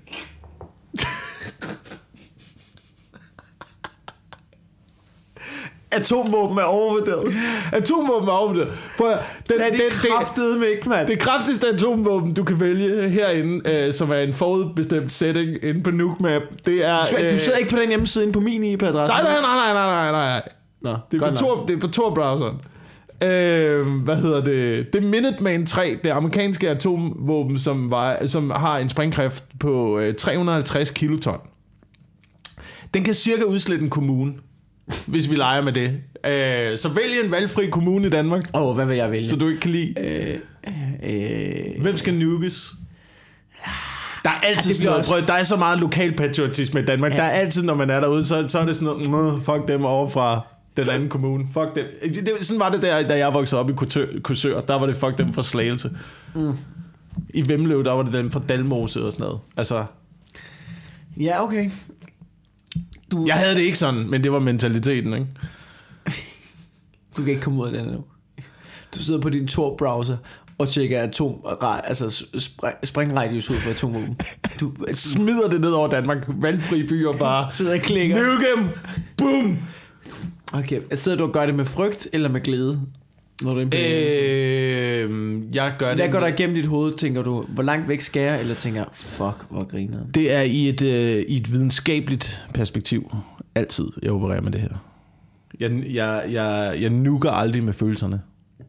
[SPEAKER 1] Atomvåben er overvurderet.
[SPEAKER 2] Atomvåben er overvurderet. Prøv at, den,
[SPEAKER 1] Det er de kraftedeme ikke, mand.
[SPEAKER 2] Det kraftigste atomvåben, du kan vælge herinde, øh, som er en forudbestemt setting inde på Nuke Map, det er...
[SPEAKER 1] Du, du sidder ikke på den hjemmeside inde på min I P-adresse?
[SPEAKER 2] Nej, nej, nej, nej, nej, nej, nej.
[SPEAKER 1] Nå,
[SPEAKER 2] Det er på Tor, det er på Tor-browseren. Øh, hvad hedder det? Det er Minuteman tre, det amerikanske atomvåben, som, var, som har en sprængkraft på øh, tre hundrede og halvtreds kiloton. Den kan cirka udslette en kommune, hvis vi leger med det. Øh, så vælg en valgfri kommune i Danmark,
[SPEAKER 1] Åh, oh, hvad vil jeg vælge?
[SPEAKER 2] så du ikke kan lide.
[SPEAKER 1] Øh, øh,
[SPEAKER 2] Hvem skal nukes? Der er altid
[SPEAKER 1] det
[SPEAKER 2] sådan
[SPEAKER 1] bliver
[SPEAKER 2] noget,
[SPEAKER 1] også-
[SPEAKER 2] prøv, der er så meget lokalpatriotisme i Danmark.
[SPEAKER 1] Ja.
[SPEAKER 2] Der er altid, når man er derude, så, så er det sådan noget, "Nå, fuck dem over fra den anden kommune. Fuck dem. Det, det, sådan var det der, da jeg voksede op i Korsør- Korsør. Der var det fuck dem fra Slagelse.
[SPEAKER 1] Mm.
[SPEAKER 2] I Vemlev, der var det dem fra Dalmose og sådan noget. Altså,
[SPEAKER 1] ja, okay. Du,
[SPEAKER 2] jeg havde det ikke sådan, men det var mentaliteten, ikke?
[SPEAKER 1] Du kan ikke komme ud af den nu. Du sidder på din Tor-browser og tjekker atom, altså springradius ud for atomvåben. Du
[SPEAKER 2] smider det ned over Danmark. Valgfri byer bare.
[SPEAKER 1] Sidder og klikker.
[SPEAKER 2] Nuke dem. Boom.
[SPEAKER 1] Okay, sidder du og gør det med frygt eller med glæde? Når du er
[SPEAKER 2] øh, jeg gør det.
[SPEAKER 1] Hvad går der igennem dit hoved, tænker du? Hvor langt væk skal jeg? Eller tænker fuck, hvor griner?
[SPEAKER 2] Det er i et, øh, i et videnskabeligt perspektiv. Altid, jeg opererer med det her. Jeg, jeg, jeg, jeg nuker aldrig med følelserne.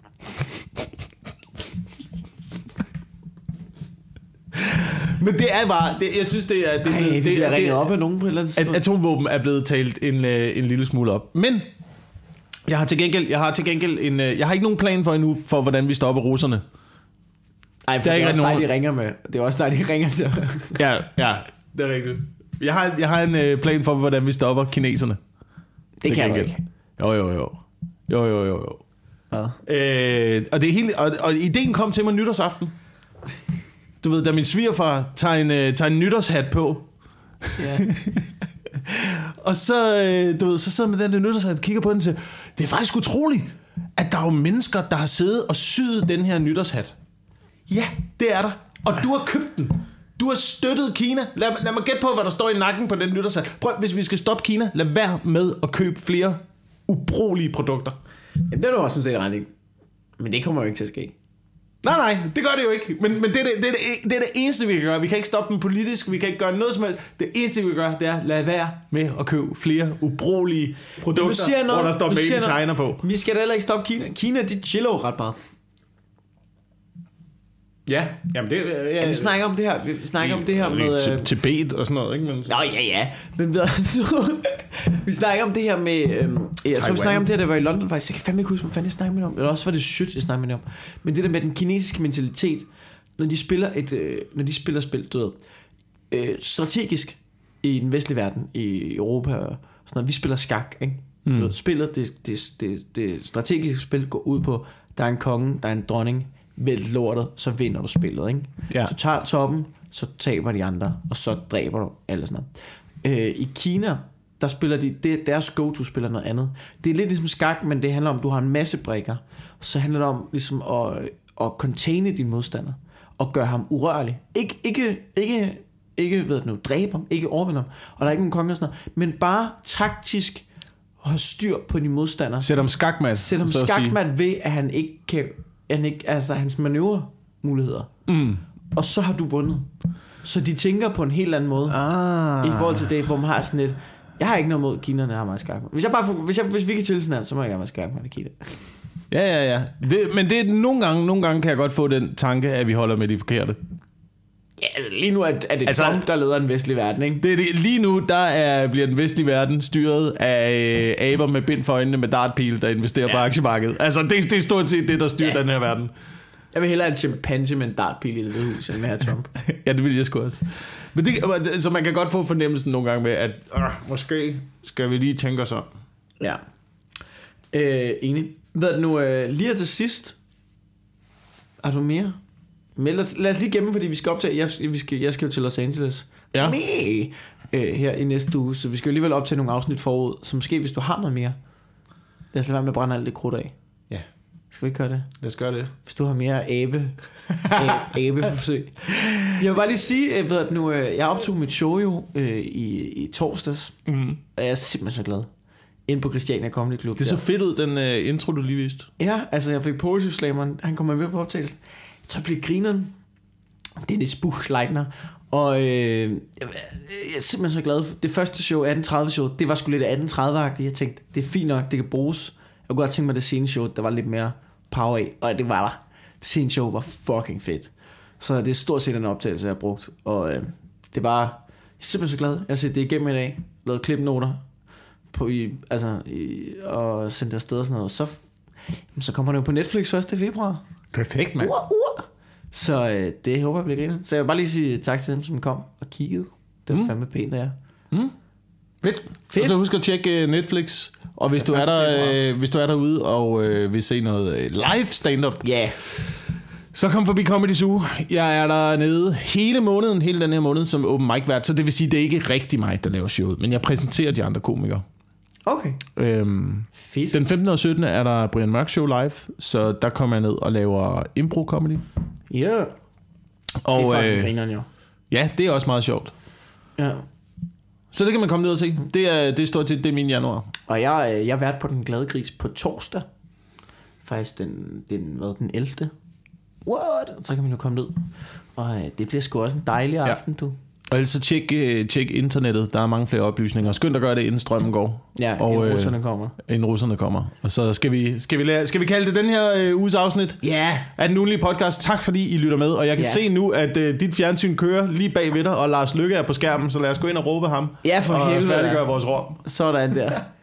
[SPEAKER 2] Men det er bare, det, jeg synes det er... Det,
[SPEAKER 1] Ej,
[SPEAKER 2] det,
[SPEAKER 1] vi
[SPEAKER 2] det,
[SPEAKER 1] har ringet
[SPEAKER 2] det,
[SPEAKER 1] op af nogen på et eller andet tidspunkt.
[SPEAKER 2] Atomvåben er blevet talt en, en lille smule op. Men jeg har til gengæld, jeg har til gengæld en, jeg har ikke nogen plan for endnu, for hvordan vi stopper russerne.
[SPEAKER 1] Nej, for det er, det er også nogen... dig, de ringer med. Det er også dig, de ringer til.
[SPEAKER 2] ja, ja, det er rigtigt. Jeg har, jeg har en plan for, hvordan vi stopper kineserne.
[SPEAKER 1] Det kan jeg ikke.
[SPEAKER 2] Jo, jo, jo. Jo, jo, jo, jo.
[SPEAKER 1] Hvad?
[SPEAKER 2] Øh, og, det er helt, og, og ideen kom til mig nytårsaften. Du ved, da min svigerfar tager en, øh, tager en nytårshat på.
[SPEAKER 1] Ja.
[SPEAKER 2] Og så, øh, du ved, så sidder man med den der nytårshat, kigger på den og siger, det er faktisk utroligt, at der er jo mennesker, der har siddet og syet den her nytårshat. Ja, det er der. Og du har købt den. Du har støttet Kina. Lad, lad mig gætte på, hvad der står i nakken på den nytårshat. Prøv, hvis vi skal stoppe Kina, lad være med at købe flere ubrugelige produkter.
[SPEAKER 1] Jamen, det er du også sådan set ret i. Men det kommer jo ikke til at ske.
[SPEAKER 2] Nej, nej, det gør det jo ikke. Men, men det, er det, det, er det, det er det eneste, vi kan gøre. Vi kan ikke stoppe dem politisk, vi kan ikke gøre noget som helst. Det eneste, vi kan gøre, det er, lad være med at købe flere ubrugelige produkter, noget, hvor der står Made in China noget. På.
[SPEAKER 1] Vi skal da heller ikke stoppe Kina. Kina, de chiller jo ret meget.
[SPEAKER 2] Ja, jamen det... Ja,
[SPEAKER 1] ja, vi snakker om det her, vi snakker
[SPEAKER 2] vi,
[SPEAKER 1] om det her med...
[SPEAKER 2] Til, Tibet og sådan noget, ikke? Men...
[SPEAKER 1] Nå, ja, ja. Men ved, vi snakker om det her med... Øhm, jeg tror, vi snakker om det her, der var i London faktisk. Jeg kan fandme ikke huske, hvad fanden jeg snakker med om. Eller også var det shit, jeg snakker med om. Men det der med den kinesiske mentalitet, når de spiller et... Øh, når de spiller spil, du ved, øh, strategisk i den vestlige verden, i Europa og sådan noget. Vi spiller skak, ikke? Mm. Ved, spillet, det, det, det, det strategiske spil går ud på, der er en konge, der er en dronning, vælt lortet, så vinder du spillet, ikke?
[SPEAKER 2] Ja.
[SPEAKER 1] Så tager toppen, så taber de andre, og så dræber du alle sådan noget. Øh, I Kina, der spiller de, det, deres go-to spiller noget andet. Det er lidt ligesom skak, men det handler om, at du har en masse brikker, så handler det om ligesom at, at containe din modstander, og gøre ham urørlig. Ikke, ikke, ikke, ikke ved du, dræbe ham, ikke overvinde ham, og der er ikke nogen konge og sådan noget, men bare taktisk have styr på din modstander.
[SPEAKER 2] Sæt ham skakmat.
[SPEAKER 1] Sæt ham skakmat ved, at han ikke kan... Han ikke, altså hans manøvremuligheder.
[SPEAKER 2] Mm.
[SPEAKER 1] Og så har du vundet. Så de tænker på en helt anden måde.
[SPEAKER 2] Ah.
[SPEAKER 1] I forhold til det, hvor man har sådan et... Jeg har ikke noget mod Kina, når jeg har mig skakmat. Hvis, jeg bare, hvis, jeg, hvis vi kan til sådan her, så må jeg gerne være skakmat i Kina.
[SPEAKER 2] Ja, ja, ja. Det, men det er nogle gange, nogle gange kan jeg godt få den tanke, at vi holder med de forkerte.
[SPEAKER 1] Ja, lige nu er, er det altså, Trump, der leder den vestlige verden, ikke?
[SPEAKER 2] Det er det. Lige nu, der er, bliver den vestlige verden styret af øh, aber med bind for øjnene med dartpil, der investerer ja. på aktiemarkedet. Altså, det, det er stort set det, der styrer ja. den her verden.
[SPEAKER 1] Jeg vil hellere have en chimpanse med en dartpil i det hvide hus, end med at have Trump.
[SPEAKER 2] Ja, det vil jeg sgu også. Men det, så man kan godt få fornemmelsen nogle gange med, at øh, måske skal vi lige tænke os om.
[SPEAKER 1] Ja. Øh, enig. Hvad er det nu? Øh, lige til sidst. Har du mere? Men lad os, lad os lige gemme, fordi vi skal optage. Jeg, vi skal, jeg skal jo til Los Angeles.
[SPEAKER 2] Ja.
[SPEAKER 1] Med, øh, her i næste uge. Så vi skal jo alligevel optage nogle afsnit forud. Så måske hvis du har noget mere, lad os lade være med at brænde alt det krudt af.
[SPEAKER 2] Ja.
[SPEAKER 1] Skal vi ikke gøre det?
[SPEAKER 2] Lad os gøre det.
[SPEAKER 1] Hvis du har mere abe, abeforsøg. Jeg vil bare lige sige, jeg ved, at nu, jeg optog mit show jo øh, i, i torsdags.
[SPEAKER 2] Mm.
[SPEAKER 1] Og jeg er simpelthen så glad. Ind på Christiania Comedy Club.
[SPEAKER 2] Det så fedt ud, den uh, intro, du lige viste.
[SPEAKER 1] Ja, altså jeg fik Poetry Slammeren. Han kommer med på optagelsen. Jeg tror, det bliver grineren. Dennis Buchleitner. Og øh, jeg er simpelthen så glad. Det første show, atten tredive show, det var sgu lidt atten tredive-agtigt. Jeg tænkte, det er fint nok, det kan bruges. Jeg kunne godt tænke mig, det scene show, der var lidt mere power af. Og det var der. Det scene show var fucking fedt. Så det er stort set en optagelse, jeg har brugt. Og øh, det var... Jeg er simpelthen så glad. Jeg har set det igennem i dag. Lavet klipnoter. På i, altså, i, og sendt afsted og sådan noget. Så, så kommer det jo på Netflix første februar.
[SPEAKER 2] Perfekt, mand.
[SPEAKER 1] Uh, uh. Så øh, det håber jeg bliver griner. Så jeg vil bare lige sige tak til dem, som kom og kiggede. Det var mm. fandme pænt, der.
[SPEAKER 2] Mm. Fedt. Fedt. Og så husk at tjekke Netflix. Og hvis du er der, øh, hvis du er derude og øh, vil se noget live stand-up,
[SPEAKER 1] ja, yeah.
[SPEAKER 2] så kom forbi Comedy Zoo. Jeg er der nede hele måneden, hele den her måned som open mic vært. Så det vil sige, det er ikke rigtig mig, der laver showet, men jeg præsenterer de andre komikere.
[SPEAKER 1] Okay.
[SPEAKER 2] Øhm,
[SPEAKER 1] Fedt.
[SPEAKER 2] Den femtende og syttende er der Brian Mørk Show live, så der kommer jeg ned og laver impro-comedy.
[SPEAKER 1] Ja. Yeah.
[SPEAKER 2] Og,
[SPEAKER 1] det er
[SPEAKER 2] øh,
[SPEAKER 1] grineren, jo.
[SPEAKER 2] Ja, det er også meget sjovt.
[SPEAKER 1] Ja.
[SPEAKER 2] Så det kan man komme ned og se. Det er, det er stort set, det er min januar.
[SPEAKER 1] Og jeg, jeg har været på Den Glade Gris på torsdag. Faktisk den, den, hvad, den ellevte What? Så kan man jo komme ned. Og øh, det bliver sgu også en dejlig aften, ja. Du.
[SPEAKER 2] Og ellers så tjek, uh, tjek internettet. Der er mange flere oplysninger. Skynd at gøre det, inden strømmen går.
[SPEAKER 1] Ja,
[SPEAKER 2] og,
[SPEAKER 1] inden russerne kommer.
[SPEAKER 2] Øh, inden russerne kommer. Og så skal vi, skal vi, lære, skal vi kalde det den her øh, uges afsnit
[SPEAKER 1] ja. Yeah.
[SPEAKER 2] af den ugenlige podcast. Tak fordi I lytter med. Og jeg kan yeah. se nu, at øh, dit fjernsyn kører lige bag ved dig, og Lars Lykke er på skærmen. Så lad os gå ind og råbe ham.
[SPEAKER 1] Ja, for
[SPEAKER 2] og
[SPEAKER 1] helvede.
[SPEAKER 2] Og færdiggøre vores råb.
[SPEAKER 1] Sådan der.